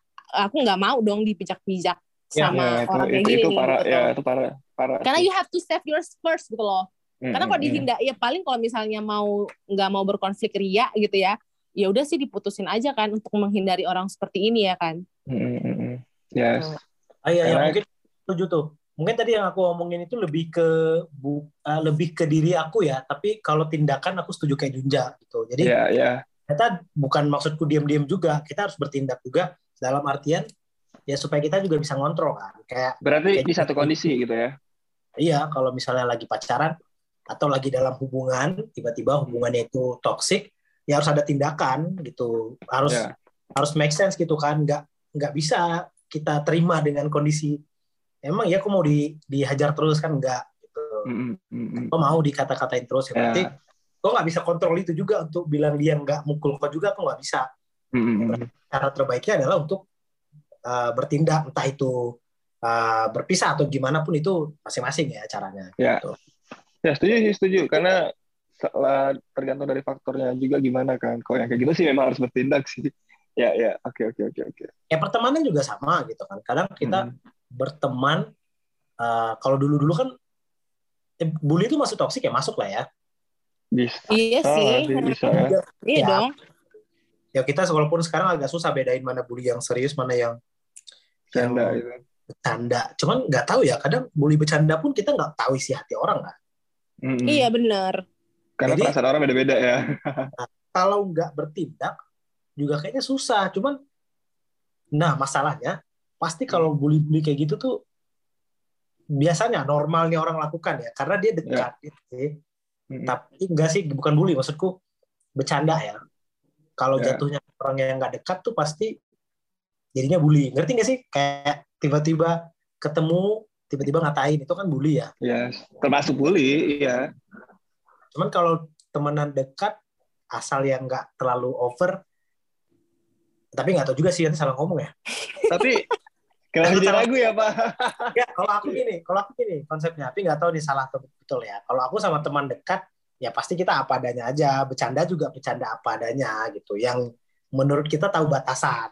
C: Aku nggak mau dong dipijak-pijak sama
A: ya,
C: orang
A: itu,
C: kayak
A: itu,
C: gini.
A: Itu
C: nih,
A: parah,
C: gitu.
A: ya itu parah, parah.
C: Karena you have to save yours first gitu loh. Mm-hmm. Karena kalau dihindar, ya paling kalau misalnya mau nggak mau berkonflik ria gitu ya, ya udah sih diputusin aja kan untuk menghindari orang seperti ini ya kan.
A: Mm-hmm. Yes.
B: Ah ya, yang mungkin setuju tuh. Mungkin tadi yang aku omongin itu lebih ke bu, uh, lebih ke diri aku ya. Tapi kalau tindakan aku setuju kayak Junja gitu. Jadi
A: yeah, yeah.
B: ternyata bukan maksudku diam-diam juga. Kita harus bertindak juga dalam artian ya supaya kita juga bisa ngontrol kan. Kayak
A: berarti
B: kayak
A: di satu kondisi gitu ya.
B: Iya, kalau misalnya lagi pacaran atau lagi dalam hubungan, tiba-tiba hubungannya itu toksik, ya harus ada tindakan gitu. Harus yeah. harus make sense gitu kan. Nggak nggak bisa kita terima dengan kondisi emang ya aku mau di, dihajar terus kan enggak gitu. Mm-hmm. Kok mau dikata-katain terus ya berarti yeah. kok nggak bisa kontrol itu juga untuk bilang dia nggak mukul kok juga kok nggak bisa. Mm-hmm. Cara terbaiknya adalah untuk uh, bertindak entah itu uh, berpisah atau gimana pun itu masing-masing ya caranya.
A: Ya,
B: gitu.
A: Ya setuju sih setuju karena setelah tergantung dari faktornya juga gimana kan. Kalau yang kayak gitu sih memang harus bertindak sih. Ya ya oke oke oke oke.
B: Ya pertemanan juga sama gitu kan. Kadang kita hmm. berteman uh, kalau dulu-dulu kan eh, bully itu masuk toksik ya masuk lah ya.
C: Bisa. Iya sih.
A: Bisa ya.
C: Iya
B: ya,
C: dong.
B: Ya kita walaupun sekarang agak susah bedain mana bully yang serius mana yang
A: bercanda gitu.
B: Bercanda. Cuman nggak tahu ya kadang bully bercanda pun kita nggak tahu isi hati orang kan.
C: Mm-hmm. Iya benar.
A: Karena jadi, perasaan orang beda-beda ya.
B: Nah, kalau nggak bertindak juga kayaknya susah. Cuman, nah masalahnya pasti kalau bully-bully kayak gitu tuh biasanya normalnya orang lakukan ya, karena dia dekat. Ya. Gitu. Mm-hmm. Tapi enggak sih, bukan bully, maksudku bercanda ya. Kalau ya. Jatuhnya orang yang nggak dekat tuh pasti jadinya bully. Ngerti nggak sih? Kayak tiba-tiba ketemu, tiba-tiba ngatain, itu kan bully ya.
A: Ya, termasuk bully, iya.
B: Cuman kalau temenan dekat, asal yang nggak terlalu over, tapi nggak tahu juga sih, nanti salah ngomong ya.
A: Tapi, kenapa jadi ragu ya, Pak?
B: Ya, kalau aku gini, kalau aku gini konsepnya, tapi nggak tahu nih salah atau betul ya. Kalau aku sama teman dekat, ya pasti kita apa adanya aja, bercanda juga bercanda apa adanya, gitu. Yang menurut kita tahu batasan.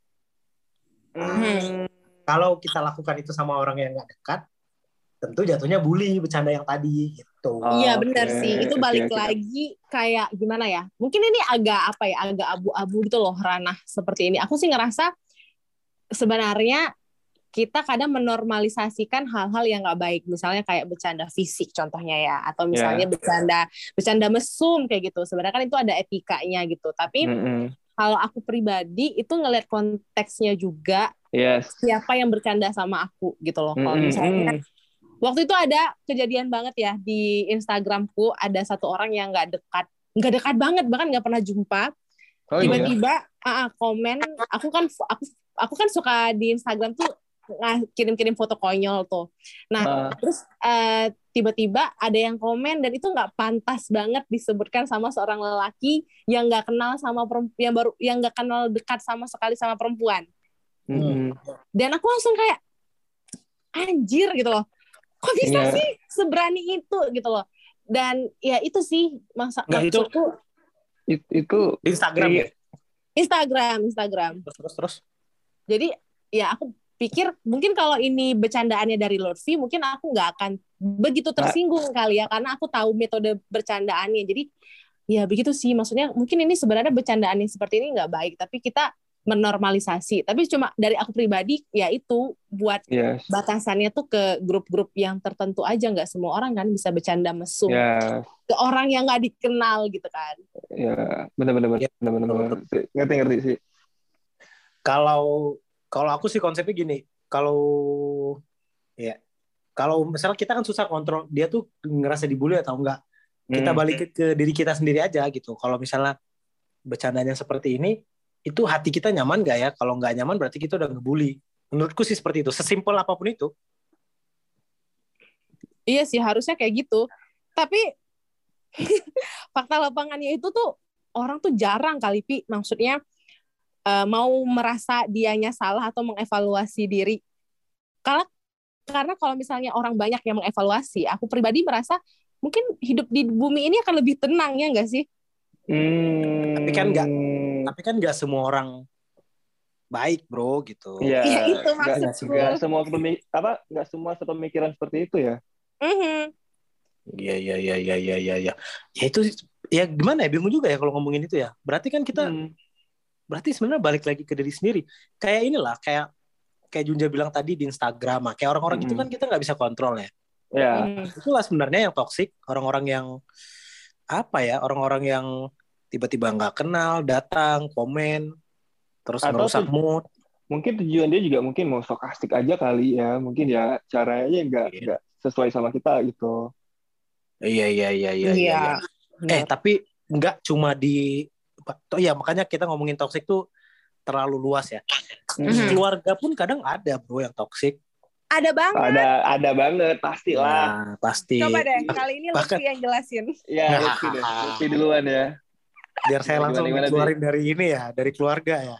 B: Nah, hmm. Kalau kita lakukan itu sama orang yang nggak dekat, tentu jatuhnya bully, bercanda yang tadi gitu.
C: Iya oh, benar okay. sih, itu balik okay, okay. lagi kayak gimana ya? Mungkin ini agak apa ya, agak abu-abu gitu loh ranah seperti ini. Aku sih ngerasa sebenarnya kita kadang menormalisasikan hal-hal yang nggak baik, misalnya kayak bercanda fisik contohnya ya, atau misalnya yeah. bercanda bercanda mesum kayak gitu. Sebenarnya kan itu ada etikanya gitu. Tapi mm-hmm. kalau aku pribadi itu ngelihat konteksnya juga.
A: Yes.
C: Siapa yang bercanda sama aku gitu loh. Kalau
A: mm-hmm.
C: misalnya waktu itu ada kejadian banget ya di Instagramku, ada satu orang yang nggak dekat, nggak dekat banget, bahkan nggak pernah jumpa. Oh, tiba-tiba iya? uh, komen, aku kan aku aku kan suka di Instagram tuh nah, kirim-kirim foto konyol tuh. Nah uh. terus uh, tiba-tiba ada yang komen dan itu nggak pantas banget disebutkan sama seorang lelaki yang nggak kenal sama perempuan, yang baru yang nggak kenal dekat sama sekali sama perempuan. Hmm. Dan aku langsung kayak anjir gitu loh, kok bisa yeah. sih seberani itu gitu loh. Dan ya itu sih masa
B: nggak
C: maksudku
A: itu, itu
B: Instagram ya?
C: Instagram Instagram
B: terus terus terus
C: jadi ya aku pikir mungkin kalau ini bercandaannya dari Lutfi mungkin aku nggak akan begitu tersinggung nah. kali ya, karena aku tahu metode bercandaannya. Jadi ya begitu sih, maksudnya mungkin ini sebenarnya bercandaan yang seperti ini nggak baik, tapi kita menormalisasi. Tapi cuma dari aku pribadi ya itu buat yes. batasannya tuh ke grup-grup yang tertentu aja, nggak semua orang kan bisa bercanda mesum yes. ke orang yang nggak dikenal gitu kan.
A: Ya benar-benar ya, benar-benar ngerti-ngerti sih.
B: Kalau Kalau aku sih konsepnya gini, kalau ya kalau misalnya kita kan susah kontrol dia tuh ngerasa dibully atau enggak, kita
A: Hmm.
B: balik ke diri kita sendiri aja gitu. Kalau misalnya bercandanya seperti ini, itu hati kita nyaman nggak ya? Kalau nggak nyaman berarti kita udah ngebully. Menurutku sih seperti itu. Sesimpel apapun itu.
C: Iya sih, harusnya kayak gitu. Tapi fakta lapangannya itu tuh orang tuh jarang kali, Pi. Maksudnya uh, mau merasa dianya salah atau mengevaluasi diri. Karena karena kalau misalnya orang banyak yang mengevaluasi, aku pribadi merasa mungkin hidup di bumi ini akan lebih tenang, ya nggak sih?
A: Hmm.
B: Tapi kan nggak, tapi kan nggak semua orang baik, bro, gitu.
A: Iya.
C: Ya, itu maksudku.
A: Nggak semua pemik apa nggak semua sepemikiran seperti itu ya.
C: Mm-hmm.
B: Iya, iya, iya, iya, iya, iya, ya. Ya itu ya gimana ya, bingung juga ya kalau ngomongin itu ya. Berarti kan kita, hmm. berarti sebenarnya balik lagi ke diri sendiri. Kayak inilah, kayak kayak Junja bilang tadi di Instagram, kayak orang-orang hmm. itu kan kita nggak bisa kontrol ya.
A: Ya.
B: Hmm. Itulah sebenarnya yang toksik, orang-orang yang apa ya, orang-orang yang tiba-tiba nggak kenal, datang, komen, terus atau ngerusak tuj- mood.
A: Mungkin tujuan dia juga mungkin mau sok asik aja kali ya, mungkin ya caranya nggak nggak yeah. sesuai sama kita gitu.
B: Iya iya iya iya. iya. Eh tapi nggak cuma di, oh ya makanya kita ngomongin toksik tuh terlalu luas ya. Mm-hmm. Keluarga pun kadang ada bro yang toksik.
C: Ada banget.
A: Ada ada banget pastilah.
B: Nah, pasti.
C: Coba deh kali ini Lutfi yang jelasin.
A: Ya Lutfi deh. Lutfi duluan ya.
B: Biar saya langsung gimana, keluarin gimana, dari ini ya, dari keluarga ya.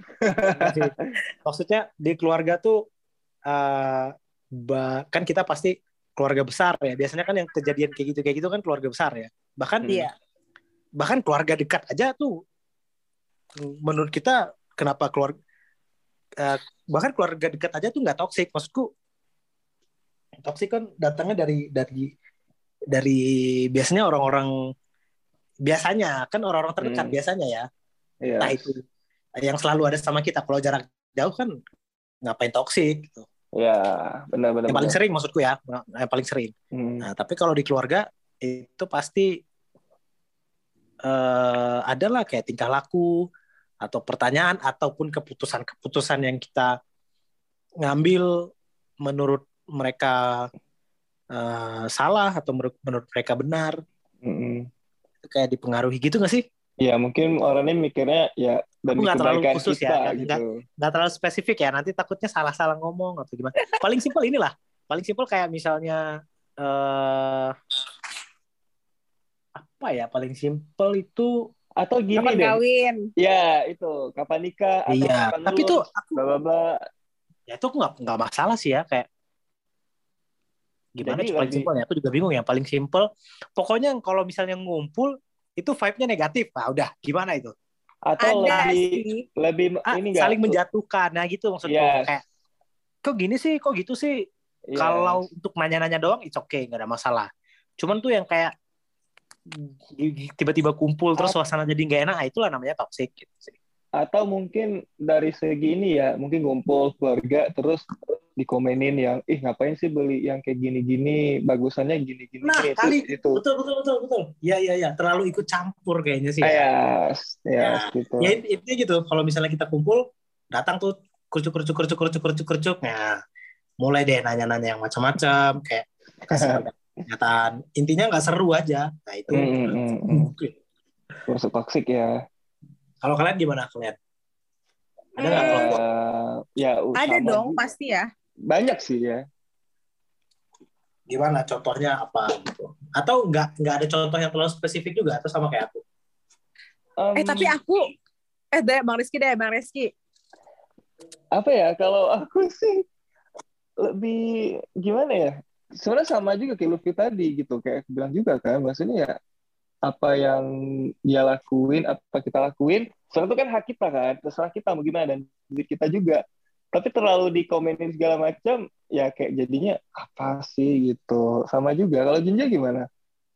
B: Maksudnya di keluarga tuh uh, kan kita pasti keluarga besar ya. Biasanya kan yang kejadian kayak gitu kayak gitu kan keluarga besar ya. Bahkan
C: iya.
B: Bahkan keluarga dekat aja tuh menurut kita kenapa keluarga uh, bahkan keluarga dekat aja tuh nggak toksik. Maksudku toksik kan datangnya dari dari dari biasanya orang-orang biasanya kan orang-orang terdekat hmm. biasanya ya.
A: Yes.
B: Nah itu yang selalu ada sama kita. Kalau jarak jauh kan ngapain toksik gitu.
A: Ya, benar-benar.
B: Yang paling sering maksudku ya, yang paling sering. Hmm. Nah, tapi kalau di keluarga itu pasti uh, adalah kayak tingkah laku atau pertanyaan ataupun keputusan-keputusan yang kita ngambil menurut mereka uh, salah atau menurut, menurut mereka benar. Hmm. Itu kayak dipengaruhi gitu nggak sih?
A: Ya mungkin orangnya mikirnya ya demi
B: nggak terlalu
A: kebaikan
B: khusus
A: kita,
B: ya,
A: gitu.
B: Nggak terlalu spesifik ya. Nanti takutnya salah-salah ngomong atau gimana. Paling simpel inilah. Paling simpel kayak misalnya uh, apa ya? Paling simpel itu
A: atau gini
C: kapan
A: deh.
C: Kawin.
A: Ya itu kapan nikah atau
B: iya.
A: kapan
B: Tapi tuh aku
A: bla
B: ya itu nggak nggak masalah sih ya kayak gimana. Jadi, paling simpel ya. Aku juga bingung ya. Paling simpel. Pokoknya kalau misalnya ngumpul itu vibe-nya negatif. Nah, udah gimana itu?
A: Atau
C: ada
A: lebih
C: sih.
A: lebih
B: ah,
A: ini
B: saling gak? menjatuhkan. Nah, gitu maksudku.
A: Yes.
B: Kayak kok gini sih? Kok gitu sih? Yes. Kalau untuk nanya-nanya doang it's okay, enggak ada masalah. Cuman tuh yang kayak tiba-tiba kumpul terus suasana jadi enggak enak, itulah namanya toxic gitu sih.
A: Atau mungkin dari segi ini ya, mungkin ngumpul keluarga terus dikomenin yang ih ngapain sih beli yang kayak gini-gini, bagusannya gini-gini.
B: Nah,
A: itu,
B: kali
A: itu.
B: betul betul betul betul. Iya iya iya, terlalu ikut campur kayaknya sih.
A: Ya, ya, ya gitu.
B: Ya intinya gitu, kalau misalnya kita kumpul, datang tuh kurcuk-kurcuk kurcuk-kurcuk kurcuk-kurcuk. Nah, mulai deh nanya-nanya yang macam-macam kayak kasih pernyataan. Intinya nggak seru aja. Nah, itu.
A: Mm, mm, mm. Terus toksik ya.
B: Kalau kalian gimana kalian?
C: Ada nggak kelompok?
A: Uh, ya,
C: ada dong, juga. Pasti ya.
A: Banyak sih ya.
B: Gimana contohnya apa gitu? Atau nggak nggak ada contoh yang terlalu spesifik juga atau sama kayak aku?
C: Um, eh tapi aku eh deh Bang Rizky deh Bang Rizky.
A: Apa ya kalau aku sih lebih gimana ya? Sebenarnya sama juga kayak Luffy tadi gitu, kayak aku bilang juga kan, maksudnya ya apa yang dia lakuin, apa kita lakuin, soalnya itu kan hak kita kan, terserah kita mau gimana dan duit kita juga. Tapi terlalu dikomenin segala macam, ya kayak jadinya apa sih gitu. Sama juga. Kalau Junja gimana?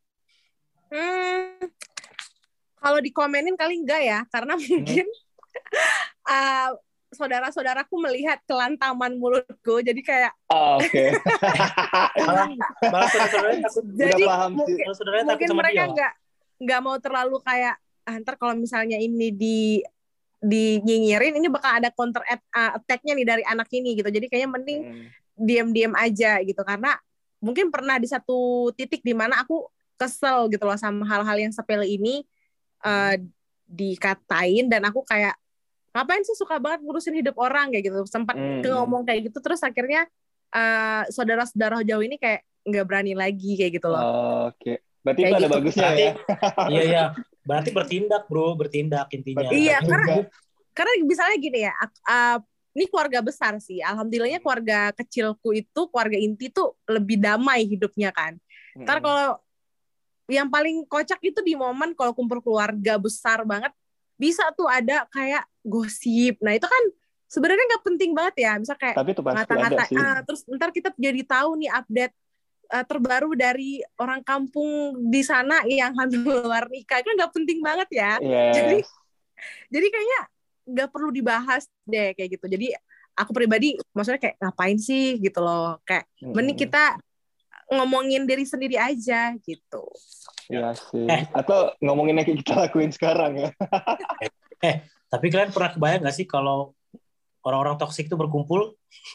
C: Hmm, kalau dikomenin kali enggak ya, karena mungkin hmm. uh, saudara-saudaraku melihat kelantaman mulutku, jadi kayak.
A: Oh, oke. Okay.
B: Malah saudara-saudaranya takut.
C: Jadi
A: paham
C: mungkin,
A: sih.
C: mungkin mereka nggak nggak mau terlalu kayak ah, ntar kalau misalnya ini di dinyinyirin, ini bakal ada counter attack-nya nih dari anak ini gitu. Jadi kayaknya mending hmm. diam-diam aja gitu, karena mungkin pernah di satu titik di mana aku kesel gitu loh sama hal-hal yang sepele ini uh, dikatain, dan aku kayak ngapain sih suka banget ngurusin hidup orang kayak gitu, sempat hmm. ngomong kayak gitu, terus akhirnya uh, saudara-saudara jauh ini kayak nggak berani lagi kayak gitu loh.
A: Oh, oke, okay. Berarti
C: kayak
A: itu ada
C: gitu.
A: bagusnya
B: berarti,
A: ya.
B: Iya iya, berarti bertindak bro, bertindak intinya.
C: Iya, karena karena misalnya gini ya, uh, ini keluarga besar sih, alhamdulillahnya keluarga kecilku itu, keluarga inti tuh lebih damai hidupnya kan. Hmm. Ntar kalau yang paling kocak itu di momen kalau kumpul keluarga besar banget, bisa tuh ada kayak gosip. Nah itu kan sebenarnya nggak penting banget ya, misal kayak ngata-ngata, ah, terus ntar kita jadi tahu nih update uh, terbaru dari orang kampung di sana yang hamil luar nikah, itu nggak penting banget ya.
A: Yes.
C: Jadi jadi kayaknya nggak perlu dibahas deh kayak gitu. Jadi aku pribadi maksudnya kayak ngapain sih gitu loh, kayak hmm. mending kita ngomongin diri sendiri aja gitu.
A: Iya sih. Eh. Atau ngomongin yang kita lakuin sekarang ya.
B: eh, tapi kalian pernah kebayang nggak sih kalau orang-orang toksik itu berkumpul?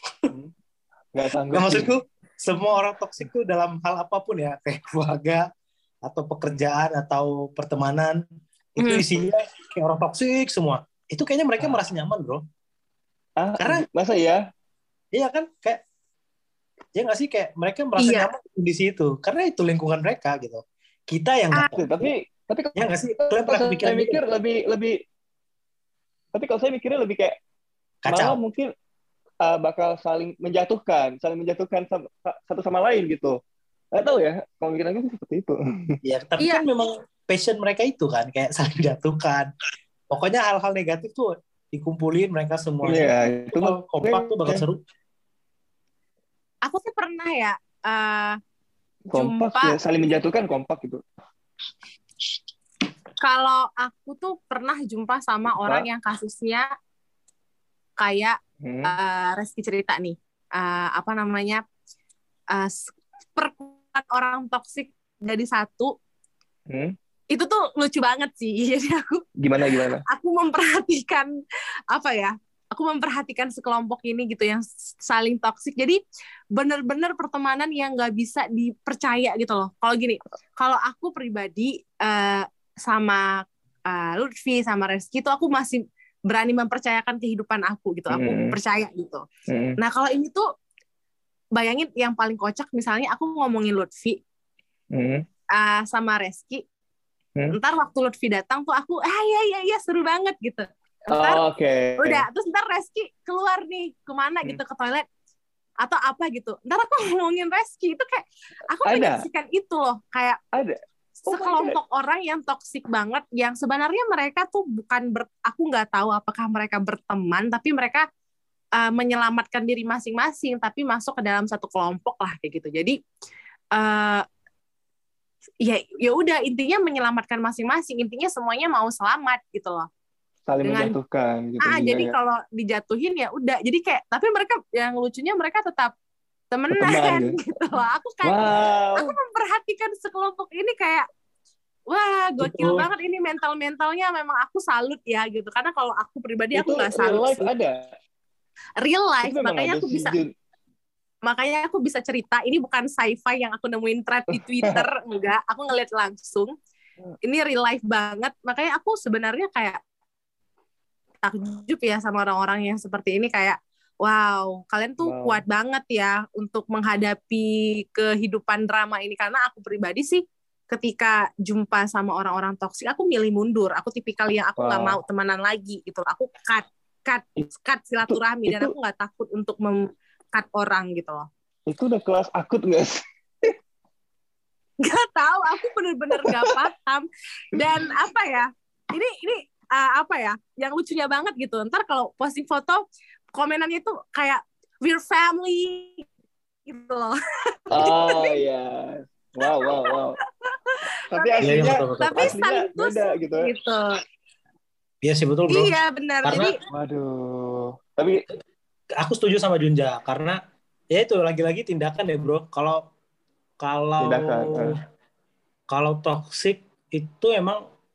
A: Nggak sanggup.
B: Nah, maksudku semua orang toksik itu dalam hal apapun ya, kayak keluarga atau pekerjaan atau pertemanan, itu hmm. isinya kayak orang toksik semua. Itu kayaknya mereka ah. merasa nyaman, bro.
A: Ah,
B: karena
A: masa ya?
B: Iya kan, kayak ya nggak sih, kayak mereka merasa iya. nyaman di kondisi itu karena itu lingkungan mereka gitu. Kita yang
A: ah, nggak, tapi tapi
B: ya nggak sih, kalian pernah
A: mikir mikir lebih lebih tapi kalau saya mikirnya lebih kayak
B: kacau.
A: Malah mungkin uh, bakal saling menjatuhkan saling menjatuhkan sama, satu sama lain gitu. Nggak tahu ya, kalau mikir lagi seperti itu.
B: Ya tapi iya. kan memang passion mereka itu kan kayak saling menjatuhkan. Pokoknya hal-hal negatif tuh dikumpulin mereka semua.
A: Iya, itu
B: kompak tuh bakal seru.
C: Aku sih pernah ya uh,
A: kompak
C: jumpa,
A: ya, saling menjatuhkan kompak gitu.
C: Kalau aku tuh pernah jumpa sama Apa? orang yang kasusnya kayak hmm. uh, Reski cerita nih, uh, apa namanya, uh, perkumpulan orang toksik jadi satu. Hmm. Itu tuh lucu banget sih. Jadi aku
A: gimana gimana?
C: Aku memperhatikan apa ya? Aku memperhatikan sekelompok ini gitu yang saling toksik. Jadi benar-benar pertemanan yang nggak bisa dipercaya gitu loh. Kalau gini, kalau aku pribadi uh, sama uh, Lutfi sama Reski itu aku masih berani mempercayakan kehidupan aku gitu. Aku mm. percaya gitu. Mm. Nah kalau ini tuh bayangin yang paling kocak, misalnya aku ngomongin Lutfi mm. uh, sama Reski. Mm. Ntar waktu Lutfi datang tuh aku, ah iya iya iya seru banget gitu. Ntar,
A: oh, oke. Okay.
C: Udah, terus ntar Reski keluar nih, kemana hmm. gitu, ke toilet, atau apa gitu. Ntar aku ngomongin Reski, itu kayak, aku menyaksikan itu loh, kayak
A: ada. Oh,
C: sekelompok
A: ada.
C: orang yang toksik banget, yang sebenarnya mereka tuh bukan, ber, aku nggak tahu apakah mereka berteman, tapi mereka uh, menyelamatkan diri masing-masing, tapi masuk ke dalam satu kelompok lah, kayak gitu. Jadi, uh, ya ya udah intinya menyelamatkan masing-masing, intinya semuanya mau selamat gitu loh.
A: Saling dengan, menjatuhkan gitu.
C: Ah, jadi ya. Kalau dijatuhin ya udah. Jadi kayak tapi mereka yang lucunya mereka tetap temenan Teman, gitu loh. Aku kayak wow. aku memperhatikan sekelompok ini kayak wah, gokil banget ini mental-mentalnya, memang aku salut ya gitu. Karena kalau aku pribadi aku nggak salut.
A: Real life sih. Ada.
C: Real life, makanya aku bisa season. Makanya aku bisa cerita, ini bukan sci-fi yang aku nemuin thread di Twitter, enggak, aku ngeliat langsung. Ini real life banget. Makanya aku sebenarnya kayak takjub ya sama orang-orang yang seperti ini, kayak wow, kalian tuh wow. kuat banget ya untuk menghadapi kehidupan drama ini. Karena aku pribadi sih ketika jumpa sama orang-orang toksik, aku milih mundur. Aku tipikal yang aku nggak wow. mau temenan lagi gitu. Aku cut, cut, cut silaturahmi, dan aku nggak takut untuk mem-cut orang gitu loh.
A: Itu udah kelas akut nggak sih?
C: Gak tahu, aku bener-bener gak paham. Dan apa ya? Ini ini uh, apa ya? Yang lucunya banget gitu. Ntar kalau posting foto, komenannya itu kayak we're family gitu loh.
A: Oh iya. Wow wow wow. Tapi aslinya,
B: iya, betul, betul.
C: tapi saling
A: beda gitu.
C: gitu.
B: Iya sih betul bro.
C: Iya benar.
B: Karena,
C: jadi,
A: waduh. Tapi
B: aku setuju sama Junja karena ya itu lagi-lagi tindakan ya bro. Kalau kalau tindakan, uh. kalau toksik itu emang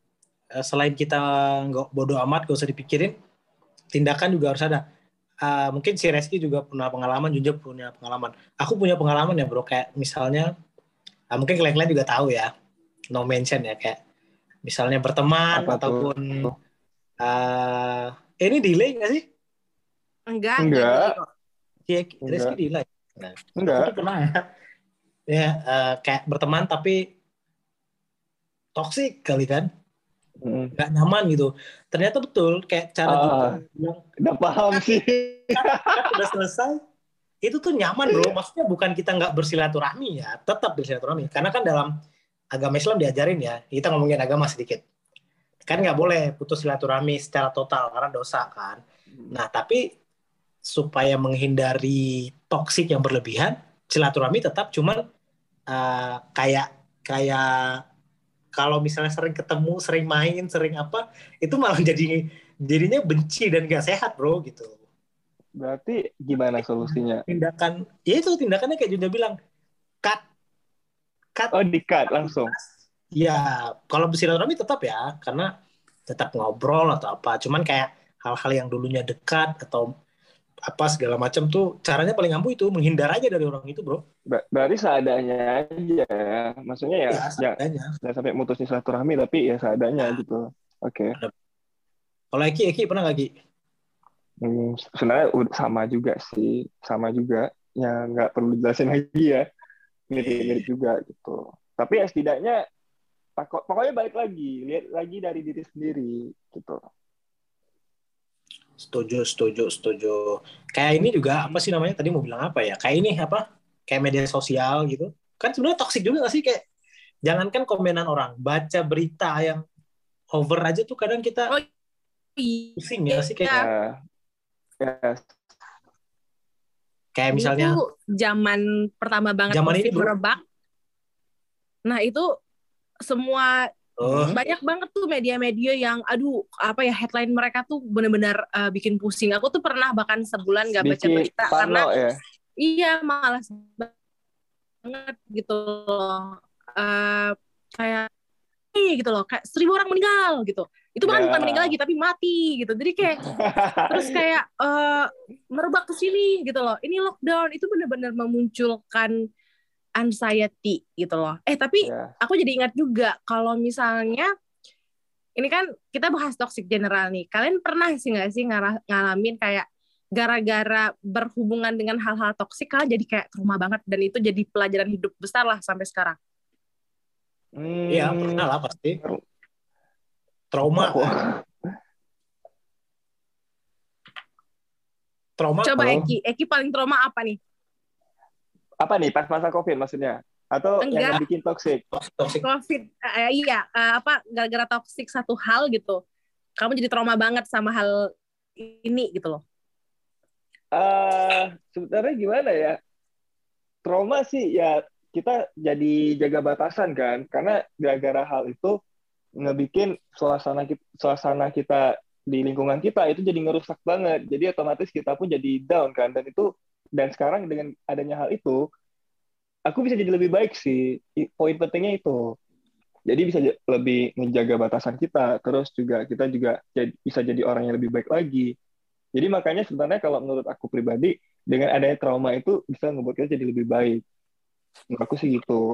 B: selain kita nggak bodoh amat, gak usah dipikirin, tindakan juga harus ada. Uh, mungkin si Reski juga punya pengalaman, Junja punya pengalaman. Aku punya pengalaman ya bro, kayak misalnya, uh, mungkin kalian-kalian juga tahu ya, no mention ya, kayak misalnya berteman
A: Apa
B: ataupun, uh, eh, ini delay nggak sih?
C: Enggak,
A: enggak.
B: Iya, Reski delay. Nah,
A: enggak.
B: Aku tuh pernah ya, ya uh, kayak berteman tapi toksik kali kan.
A: Mm.
B: Gak nyaman gitu. Ternyata betul kayak cara
A: uh,
B: Junja
A: bilang, udah paham kan, sih
B: kan, kan udah selesai itu tuh nyaman bro, maksudnya bukan kita nggak bersilaturahmi ya, tetap bersilaturahmi, karena kan dalam agama Islam diajarin ya, kita ngomongin agama sedikit kan, nggak boleh putus silaturahmi secara total karena dosa kan. Nah tapi supaya menghindari toksik yang berlebihan, silaturahmi tetap, cuman uh, kayak kayak kalau misalnya sering ketemu, sering main, sering apa, itu malah jadi jadinya benci dan gak sehat bro gitu.
A: Berarti gimana solusinya?
B: Tindakan, ya itu tindakannya kayak Junja bilang, cut, cut.
A: Oh di cut langsung?
B: Ya, kalau bersilaturahmi tetap ya, karena tetap ngobrol atau apa. Cuman kayak hal-hal yang dulunya dekat atau apa segala macam tuh, caranya paling ampuh itu menghindar aja dari orang itu bro.
A: Ber- berarti seadanya aja ya, maksudnya ya,
B: ya seadanya.
A: Jangan sampai mutusin silaturahmi tapi ya seadanya nah. gitu. Oke. Okay.
B: Kalau Eki, Eki pernah nggak Ki?
A: Hmm, sebenarnya sama juga sih, sama juga. Ya nggak perlu dijelasin lagi ya, mirip-mirip juga gitu. Tapi ya setidaknya pokoknya balik lagi, lihat lagi dari diri sendiri gitu.
B: Setuju, setuju, setuju. Kayak ini juga apa sih namanya? Tadi mau bilang apa ya? Kayak ini apa? Kayak media sosial gitu. Kan sebenarnya toksik juga nggak sih? Kayak jangankan komenan orang, baca berita yang over aja tuh kadang kita
C: oh,
B: pusing ya sih kayak.
A: Ya. Ya.
B: Kayak misalnya.
C: Itu zaman pertama banget
B: zaman
C: COVID
B: ini
C: merebak. Nah itu semua
B: Oh.
C: banyak banget tuh media-media yang aduh apa ya, headline mereka tuh benar-benar uh, bikin pusing. Aku tuh pernah bahkan sebulan gak baca berita karena
A: ya?
C: Iya malas banget gitu loh. Uh, kayak nih gitu loh, kayak seribu orang meninggal gitu. Itu bahkan yeah. bukan meninggal lagi tapi mati gitu. Jadi kayak terus kayak uh, merebak ke sini gitu loh. Ini lockdown itu benar-benar memunculkan anxiety gitu loh. Eh tapi yeah. aku jadi ingat juga kalau misalnya ini kan kita bahas toxic general nih. Kalian pernah sih nggak sih ng- ngalamin kayak gara-gara berhubungan dengan hal-hal toksik kalian jadi kayak trauma banget dan itu jadi pelajaran hidup besar lah sampai sekarang?
B: Iya hmm. pernah lah pasti. Trauma.
A: Oh.
B: Trauma.
C: Coba
A: oh.
C: Eki, Eki paling trauma apa nih?
A: Apa nih pas masa COVID maksudnya? Atau
C: Enggak.
A: yang bikin toksik?
B: Toxic.
C: COVID, uh, iya, uh, apa gara-gara toksik satu hal gitu, kamu jadi trauma banget sama hal ini gitu loh.
A: Uh, sebenarnya gimana ya? Trauma sih ya kita jadi jaga batasan kan, karena gara-gara hal itu ngebikin suasana kita, suasana kita di lingkungan kita itu jadi ngerusak banget. Jadi otomatis kita pun jadi down kan, dan itu dan sekarang dengan adanya hal itu, aku bisa jadi lebih baik sih. Poin pentingnya itu. Jadi bisa lebih menjaga batasan kita, terus juga kita juga jadi, bisa jadi orang yang lebih baik lagi. Jadi makanya sebenarnya kalau menurut aku pribadi, dengan adanya trauma itu bisa ngebuat kita jadi lebih baik. Menurut aku sih gitu.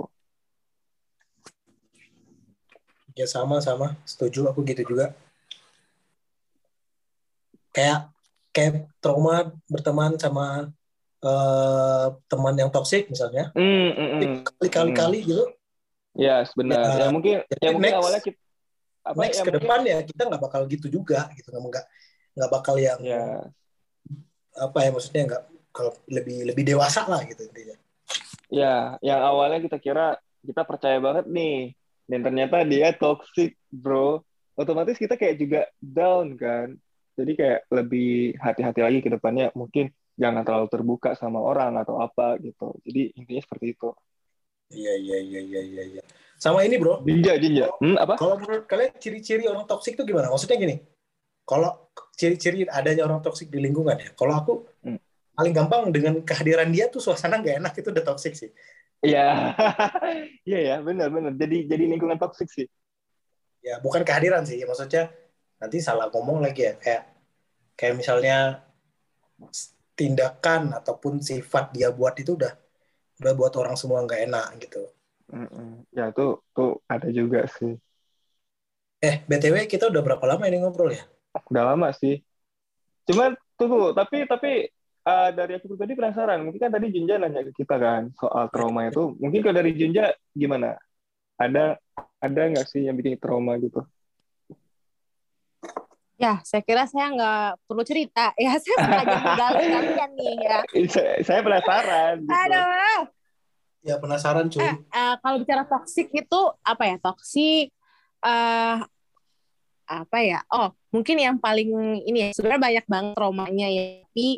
B: Ya sama-sama, setuju aku gitu juga. Kayak kayak trauma berteman sama uh, teman yang toksik misalnya.
A: Mm, mm, mm.
B: Kali-kali mm. gitu.
A: Ya, yes, benar. Ya, ya mungkin ya mungkin
B: next,
A: awalnya kita apa
B: next
A: ya
B: ke depan ya kita nggak bakal gitu juga gitu, nggak nggak bakal yang
A: ya.
B: apa ya maksudnya nggak kalau lebih lebih dewasa lah gitu intinya.
A: Ya, yang awalnya kita kira kita percaya banget nih, dan ternyata dia toxic, bro. Otomatis kita kayak juga down kan. Jadi kayak lebih hati-hati lagi ke depannya, mungkin jangan terlalu terbuka sama orang atau apa gitu. Jadi intinya seperti itu.
B: Iya iya iya iya iya. Ya. Sama ini bro.
A: Jinja jinja. Hmm, apa?
B: Kalau menurut kalian ciri-ciri orang toksik itu gimana? Maksudnya gini, kalau ciri-ciri adanya orang toksik di lingkungan ya. Kalau aku hmm. paling gampang dengan kehadiran dia tuh suasana nggak enak itu udah toksik sih.
A: Iya, iya ya benar benar. Jadi jadi lingkungan toksik sih.
B: Ya bukan kehadiran sih, maksudnya nanti salah ngomong lagi ya, kayak kayak misalnya tindakan ataupun sifat dia buat itu udah udah buat orang semua nggak enak gitu.
A: Mm-mm. Ya tuh tuh ada juga sih.
B: Eh B T W kita udah berapa lama ini ngobrol ya?
A: Udah lama sih. Cuman tunggu, tapi tapi uh, dari aku pribadi penasaran. Mungkin kan tadi Junja nanya ke kita kan soal trauma itu. Mungkin kalau dari Junja gimana? Ada ada nggak sih yang bikin trauma gitu?
C: Ya, saya kira saya nggak perlu cerita. Ya, saya sengaja menggali kalian nih ya.
A: saya, saya penasaran. Gitu.
C: Aduh.
B: Ya penasaran cuy.
C: Eh, uh, kalau bicara toksik itu apa ya? Toksik uh, apa ya? Oh, mungkin yang paling ini ya. Sebenarnya banyak banget traumanya ya. Tapi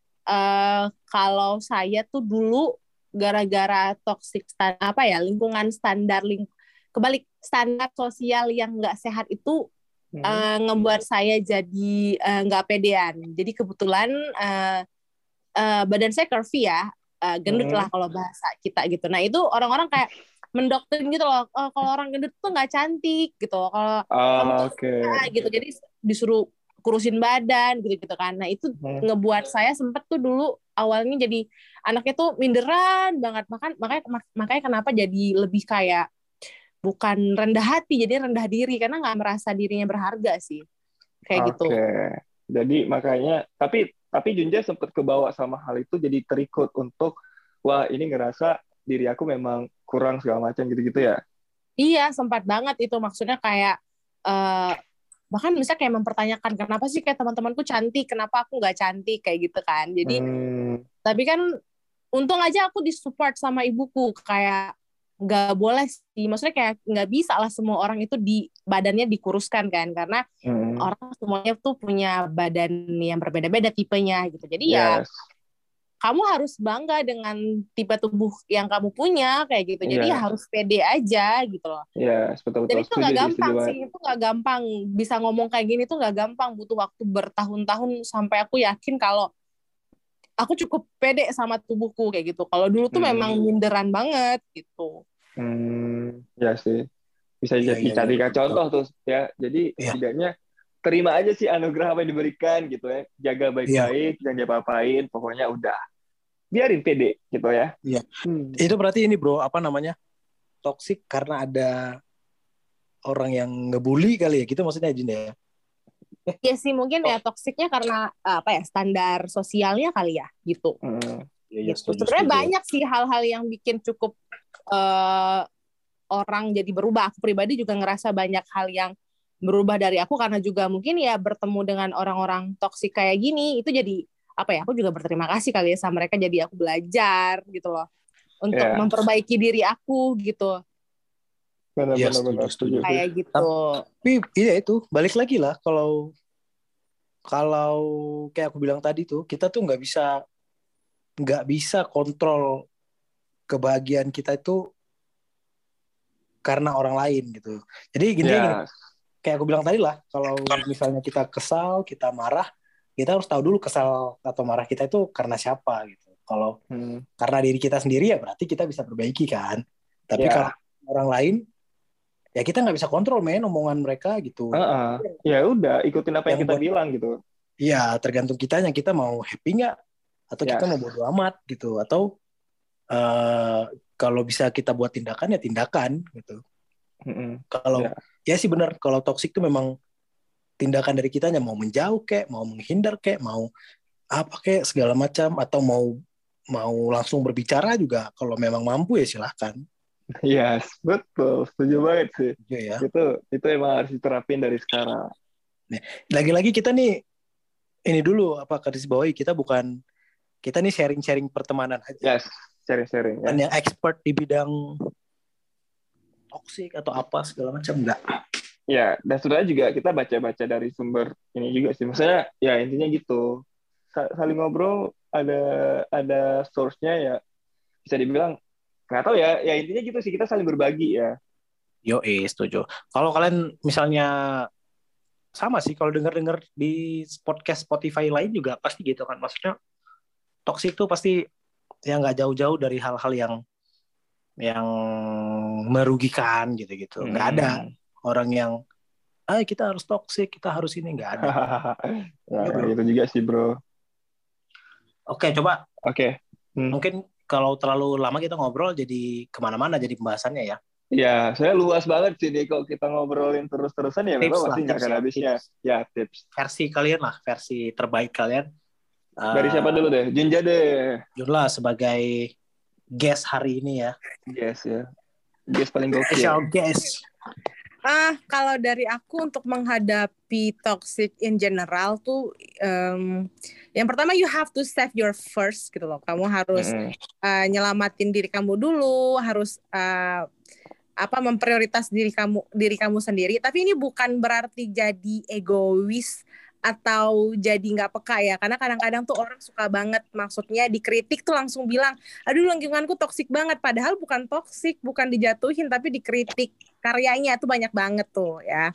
C: uh, kalau saya tuh dulu gara-gara toksik apa ya? Lingkungan standar ling kebalik standar sosial yang nggak sehat itu Hmm. Uh, ngebuat saya jadi nggak uh, pedean. Jadi kebetulan uh, uh, badan saya curvy ya, uh, gendut hmm. lah kalau bahasa kita gitu. Nah itu orang-orang kayak mendoktrin gitu loh. Oh, kalau orang gendut tuh nggak cantik gitu. Kalau
A: oh,
C: kamu tuh
A: okay.
C: ya, gitu. Jadi disuruh kurusin badan gitu-gitu kan. Nah itu hmm. ngebuat saya sempet tuh dulu awalnya jadi anaknya tuh minderan banget. Makan makanya makanya kenapa jadi lebih kayak bukan rendah hati, jadi rendah diri karena nggak merasa dirinya berharga sih, kayak
A: okay.
C: gitu.
A: Oke, jadi makanya, tapi tapi Junja sempat kebawa sama hal itu, jadi terikut untuk, wah ini ngerasa diri aku memang kurang segala macam gitu-gitu ya?
C: Iya, sempat banget itu, maksudnya kayak uh, bahkan misalnya kayak mempertanyakan kenapa sih kayak teman-temanku cantik, kenapa aku nggak cantik kayak gitu kan. Jadi, hmm. tapi kan untung aja aku disupport sama ibuku kayak nggak boleh sih, maksudnya kayak nggak bisa lah semua orang itu di badannya dikuruskan kan, karena hmm. orang semuanya tuh punya badan yang berbeda-beda tipenya gitu. Jadi yes. ya kamu harus bangga dengan tipe tubuh yang kamu punya kayak gitu. Jadi yeah. ya harus pede aja gitu loh.
A: Yes, betul-betul.
C: Jadi itu nggak gampang sih, itu nggak gampang bisa ngomong kayak gini tuh nggak gampang, butuh waktu bertahun-tahun sampai aku yakin kalau aku cukup pede sama tubuhku kayak gitu. Kalau dulu tuh hmm. memang minderan banget gitu.
A: Hmm, ya sih. Bisa
B: ya,
A: jadi
B: ya,
A: ya, contoh tuh ya. Jadi
B: ya.
A: setidaknya terima aja sih anugerah apa yang diberikan gitu ya. Jaga baik-baik, jangan diapa-apain. Pokoknya udah. Biarin pede gitu ya.
B: Iya. Hmm. Itu berarti ini bro, apa namanya? Toksik karena ada orang yang ngebully kali ya. Gitu maksudnya Jinda ya?
C: Ya sih mungkin oh. ya toksiknya karena apa ya standar sosialnya kali ya gitu.
A: Hmm.
B: Ya, ya,
C: gitu. Sebenarnya banyak sih hal-hal yang bikin cukup uh, orang jadi berubah. Aku pribadi juga ngerasa banyak hal yang berubah dari aku karena juga mungkin ya bertemu dengan orang-orang toksik kayak gini itu jadi apa ya? Aku juga berterima kasih kali ya sama mereka, jadi aku belajar gitu loh untuk yeah. memperbaiki diri aku gitu.
A: Benar-benar ya, benar, setuju.
C: Kayak gitu.
B: Tapi iya itu balik lagi lah kalau kalau kayak aku bilang tadi tuh kita tuh nggak bisa nggak bisa kontrol kebahagiaan kita itu karena orang lain gitu. Jadi gini,
A: yeah.
B: gini kayak aku bilang tadi lah, kalau misalnya kita kesal, kita marah, kita harus tahu dulu kesal atau marah kita itu karena siapa gitu. Kalau hmm. karena diri kita sendiri ya berarti kita bisa perbaiki kan. Tapi yeah. kalau orang lain ya kita nggak bisa kontrol men omongan mereka gitu.
A: Uh-uh. Ya udah ikutin apa yang, yang kita buat, bilang gitu.
B: Iya tergantung kitanya, kita mau happy nggak atau yeah. kita mau bodo amat gitu, atau uh, kalau bisa kita buat tindakan ya tindakan gitu. Mm-hmm. Kalau yeah. ya sih benar, kalau toksik itu memang tindakan dari kitanya, mau menjauh kek, mau menghindar kek, mau apa kek segala macam, atau mau mau langsung berbicara juga kalau memang mampu ya silahkan.
A: Yes, betul, setuju banget sih.
B: Ya.
A: Itu itu emang harus diterapin dari sekarang.
B: Nih, lagi-lagi kita nih ini dulu apa garis bawahi, kita bukan kita nih sharing-sharing pertemanan aja.
A: Yes, sharing-sharing.
B: Bukan
A: ya.
B: yang expert di bidang toksik atau apa segala macam, enggak.
A: Ya, dan sebenarnya juga kita baca-baca dari sumber ini juga sih. Maksudnya ya intinya gitu. Saling ngobrol, ada ada source-nya ya. Bisa dibilang nggak tahu ya, ya intinya gitu sih, kita saling berbagi ya.
B: Yo, eh setuju. Kalau kalian misalnya sama sih, kalau dengar-dengar di podcast Spotify lain juga pasti gitu kan. Maksudnya toksik itu pasti ya nggak jauh-jauh dari hal-hal yang yang merugikan gitu-gitu. Nggak hmm. ada orang yang ah kita harus toxic, kita harus ini, nggak ada.
A: Nah, ya, itu juga sih bro.
B: Oke, coba.
A: Oke.
B: Hmm. Mungkin kalau terlalu lama kita ngobrol jadi kemana-mana jadi pembahasannya ya.
A: Ya, saya luas banget sih nih kalau kita ngobrolin terus-terusan ya memang pasti nggak akan habisnya.
B: Tips.
A: Ya, tips.
B: Versi kalian lah, versi terbaik kalian.
A: Dari uh, siapa dulu deh? Junja deh.
B: Junla sebagai guest hari ini ya.
A: Guest ya. Guest paling gokil.
B: Special guest.
C: Ah, kalau dari aku untuk menghadapi toxic in general tuh, um, yang pertama you have to save your first gitu loh. Kamu harus mm-hmm. uh, nyelamatin diri kamu dulu, harus uh, apa memprioritas diri kamu diri kamu sendiri. Tapi ini bukan berarti jadi egois atau jadi nggak peka ya, karena kadang-kadang tuh orang suka banget maksudnya dikritik tuh langsung bilang, aduh lingkunganku toksik banget, padahal bukan toksik, bukan dijatuhin tapi dikritik karyanya tuh banyak banget tuh ya.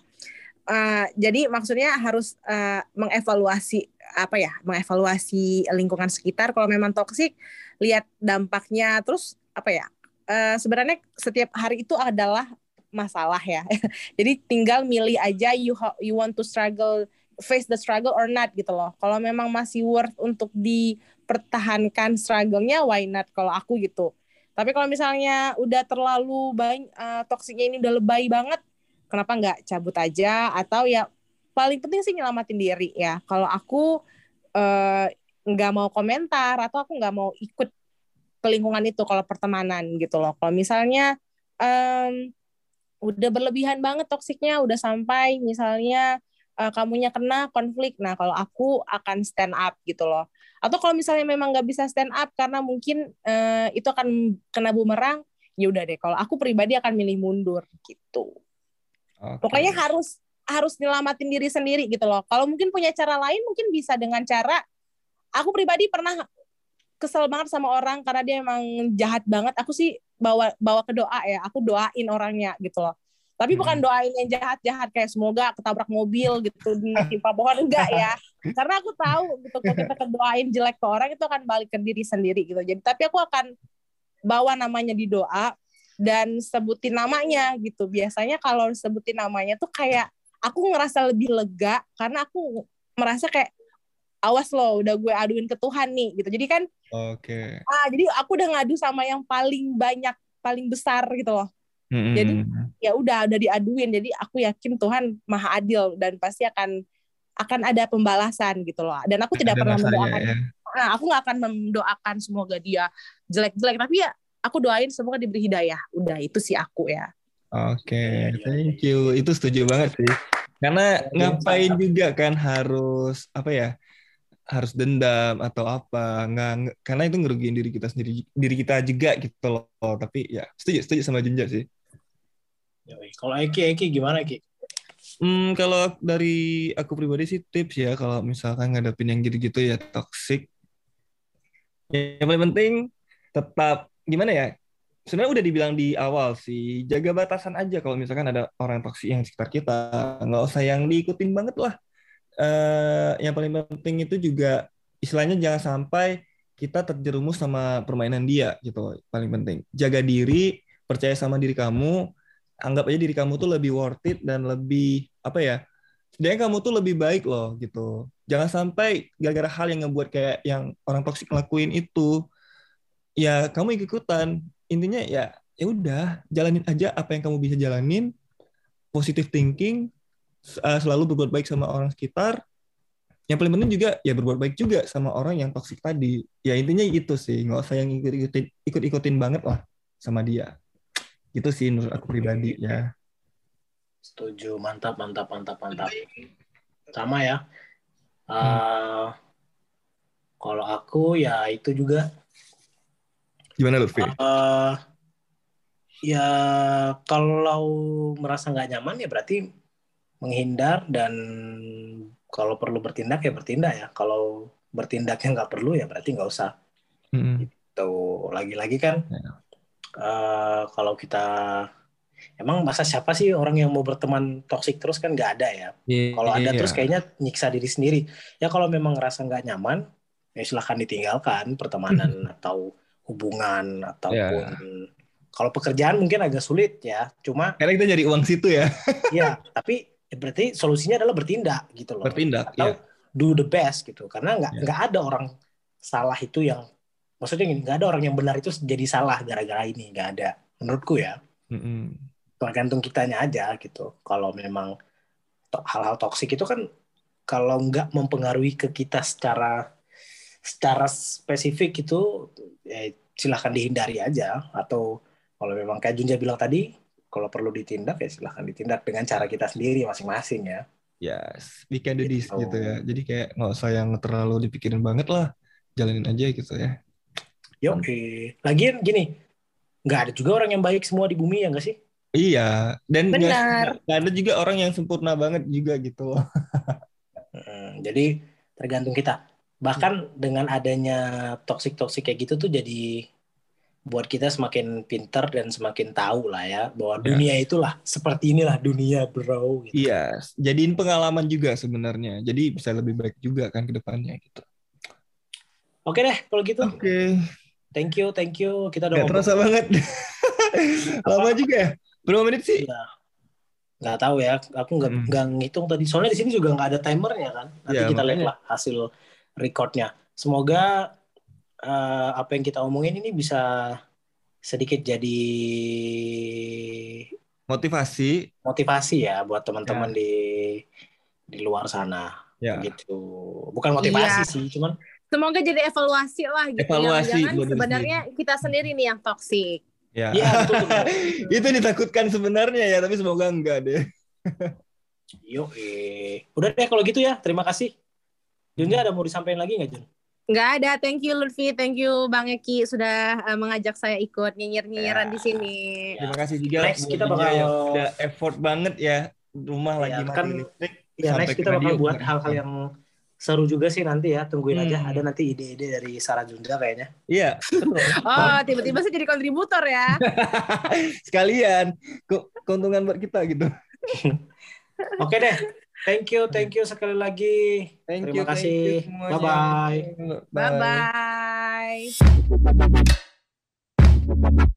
C: Uh, jadi maksudnya harus uh, mengevaluasi apa ya, mengevaluasi lingkungan sekitar. Kalau memang toksik, lihat dampaknya. Terus apa ya? Uh, sebenarnya setiap hari itu adalah masalah ya. Jadi tinggal milih aja you you want to struggle, face the struggle or not gitu loh. Kalau memang masih worth untuk dipertahankan struggle-nya, why not kalau aku gitu. Tapi kalau misalnya udah terlalu banyak uh, toksiknya ini udah lebay banget, kenapa nggak cabut aja? Atau ya paling penting sih nyelamatin diri ya. Kalau aku uh, nggak mau komentar atau aku nggak mau ikut ke lingkungan itu kalau pertemanan gitu loh. Kalau misalnya um, udah berlebihan banget toksiknya, udah sampai misalnya uh, kamunya kena konflik, nah kalau aku akan stand up gitu loh. Atau kalau misalnya memang nggak bisa stand up karena mungkin uh, itu akan kena bumerang, ya udah deh. Kalau aku pribadi akan milih mundur gitu. Okay. Pokoknya harus harus nyelamatin diri sendiri gitu loh. Kalau mungkin punya cara lain, mungkin bisa dengan cara, aku pribadi pernah kesel banget sama orang karena dia emang jahat banget. Aku sih bawa bawa ke doa ya. Aku doain orangnya gitu loh. Tapi bukan doain yang jahat-jahat kayak semoga ketabrak mobil gitu, ditimpa pohon, enggak ya. Karena aku tahu gitu kalau kita doain jelek ke orang itu akan balik ke diri sendiri gitu. Jadi tapi aku akan bawa namanya di doa dan sebutin namanya gitu. Biasanya kalau sebutin namanya tuh kayak aku ngerasa lebih lega karena aku merasa kayak awas loh, udah gue aduin ke Tuhan nih gitu. Jadi kan
A: Oke. Okay.
C: Ah, jadi aku udah ngadu sama yang paling banyak, paling besar gitu loh. Mm-hmm. Jadi ya udah udah diaduin. Jadi aku yakin Tuhan Maha Adil dan pasti akan akan ada pembalasan gitu loh. Dan aku tidak ada pernah mendoakan. Ya. Nah, aku nggak akan mendoakan semoga dia jelek-jelek, tapi ya aku doain semoga diberi hidayah. Udah itu sih aku ya.
A: Oke, okay, thank you. Itu setuju banget sih. Karena ngapain juga kan harus apa ya? Harus dendam atau apa, nggak, karena itu ngerugiin diri kita sendiri, diri kita juga gitu loh. Tapi ya setuju setuju sama Junja sih.
B: Kalau Eki Eki gimana Eki?
A: Hmm, kalau dari aku pribadi sih tips ya, kalau misalkan ngadepin yang gitu-gitu ya toxic, ya, yang paling penting tetap gimana ya, sebenarnya udah dibilang di awal sih, jaga batasan aja. Kalau misalkan ada orang toksik yang di sekitar kita, nggak usah yang diikutin banget lah. Uh, yang paling penting itu juga istilahnya jangan sampai kita terjerumus sama permainan dia gitu. Paling penting jaga diri, percaya sama diri kamu, anggap aja diri kamu tuh lebih worth it dan lebih apa ya, sebenarnya kamu tuh lebih baik loh gitu. Jangan sampai gara-gara hal yang ngebuat kayak yang orang toksik ngelakuin itu ya kamu ikut-ikutan. Intinya ya ya udah jalanin aja apa yang kamu bisa jalanin, positive thinking, selalu berbuat baik sama orang sekitar. Yang paling penting juga ya berbuat baik juga sama orang yang toksik tadi. Ya intinya gitu sih, nggak usah yang ikut-ikutin, ikut-ikutin banget lah sama dia. Gitu sih menurut aku pribadi ya.
B: Setuju, mantap, mantap, mantap, mantap. Sama ya. Uh, hmm. Kalau aku ya itu juga.
A: Gimana Lutfi?
B: Uh, ya kalau merasa nggak nyaman ya berarti menghindar, dan kalau perlu bertindak ya bertindak ya. Kalau bertindaknya nggak perlu ya berarti nggak usah. Mm-hmm. Gitu. Lagi-lagi kan yeah. uh, kalau kita emang masa siapa sih orang yang mau berteman toksik terus, kan nggak ada ya. Yeah, kalau ada yeah. terus kayaknya nyiksa diri sendiri. Ya kalau memang ngerasa nggak nyaman ya silahkan ditinggalkan pertemanan atau hubungan ataupun yeah. Kalau pekerjaan mungkin agak sulit ya. Cuma
A: karena kita nyari uang situ ya.
B: Iya, tapi ya berarti solusinya adalah bertindak gitu loh.
A: Bertindak,
B: atau
A: ya.
B: do the best gitu. Karena nggak
A: Ya.
B: nggak ada orang salah itu yang, maksudnya gini, nggak ada orang yang benar itu jadi salah gara-gara ini, nggak ada. Menurutku ya.
A: Mm-mm.
B: Tergantung kitanya aja gitu. Kalau memang to- hal-hal toksik itu kan kalau nggak mempengaruhi ke kita secara secara spesifik itu, ya silahkan dihindari aja. Atau kalau memang kayak Junja bilang tadi, kalau perlu ditindak ya silahkan ditindak dengan cara kita sendiri masing-masing ya.
A: Yes, we can do this
B: Gitu.
A: gitu ya. Jadi kayak nggak usah yang terlalu dipikirin banget lah, jalanin aja gitu ya.
B: Yuk, eh. Lagian gini, nggak ada juga orang yang baik semua di bumi ya nggak sih?
A: Iya, dan nggak
C: Benar.
A: nggak ada juga orang yang sempurna banget juga gitu loh.
B: Hmm, jadi tergantung kita. Bahkan dengan adanya toksik-toksik kayak gitu tuh jadi buat kita semakin pintar dan semakin tahu lah ya bahwa
A: Ya.
B: dunia itulah seperti inilah dunia bro. Gitu.
A: Iya, jadiin pengalaman juga sebenarnya. Jadi bisa lebih baik juga kan ke depannya gitu.
B: Oke deh kalau gitu.
A: Oke.
B: Thank you, thank you. Kita udah
A: Gak terasa banget. Lama juga ya? Berapa menit sih?
B: Ya, nggak tahu ya. Aku nggak
A: Hmm.
B: nggak ngitung tadi. Soalnya di sini juga nggak ada timernya kan. Nanti
A: Ya,
B: kita lihat
A: makanya.
B: lah hasil recordnya. Semoga uh, apa yang kita omongin ini bisa sedikit jadi
A: Motivasi.
B: motivasi ya buat teman-teman
A: Ya.
B: di di luar sana.
A: Ya.
B: Begitu. Bukan motivasi
C: Iya.
B: sih, cuman
C: Semoga jadi evaluasi lah gitu.
A: Evaluasi
C: Jangan-jangan
A: buat diri
C: sebenarnya kita sendiri nih yang toksik.
A: Ya.
B: Iya, betul, betul.
A: Itu ditakutkan sebenarnya ya, tapi semoga enggak deh.
B: Yuk, eh. Udah deh kalau gitu ya. Terima kasih. Junja ada mau disampaikan lagi nggak, Jun?
C: Nggak ada. Thank you Lutfi, thank you Bang Eki sudah uh, mengajak saya ikut nyinyir-nyinyiran
A: Ya.
C: di sini.
A: Terima kasih juga
B: Next
A: buat
B: kita
A: Junja
B: bakal
A: yang udah effort banget ya. Rumah
B: Ya,
A: lagi
B: kan,
A: mati listrik.
B: ya
A: sampai
B: next
A: ke
B: kita bakal
A: radio
B: buat hal-hal
A: rekam.
B: yang seru juga sih nanti ya. Tungguin
A: Hmm.
B: aja. Ada nanti ide-ide dari Sarah Junja kayaknya.
A: Iya, betul.
C: Oh, tiba-tiba saya jadi kontributor ya.
A: Sekalian ke- keuntungan buat kita gitu.
B: Oke deh. Thank you, thank you sekali lagi.
A: Thank
B: Terima
A: you, thank
B: kasih.
A: you semuanya.
B: Bye-bye.
C: Bye-bye.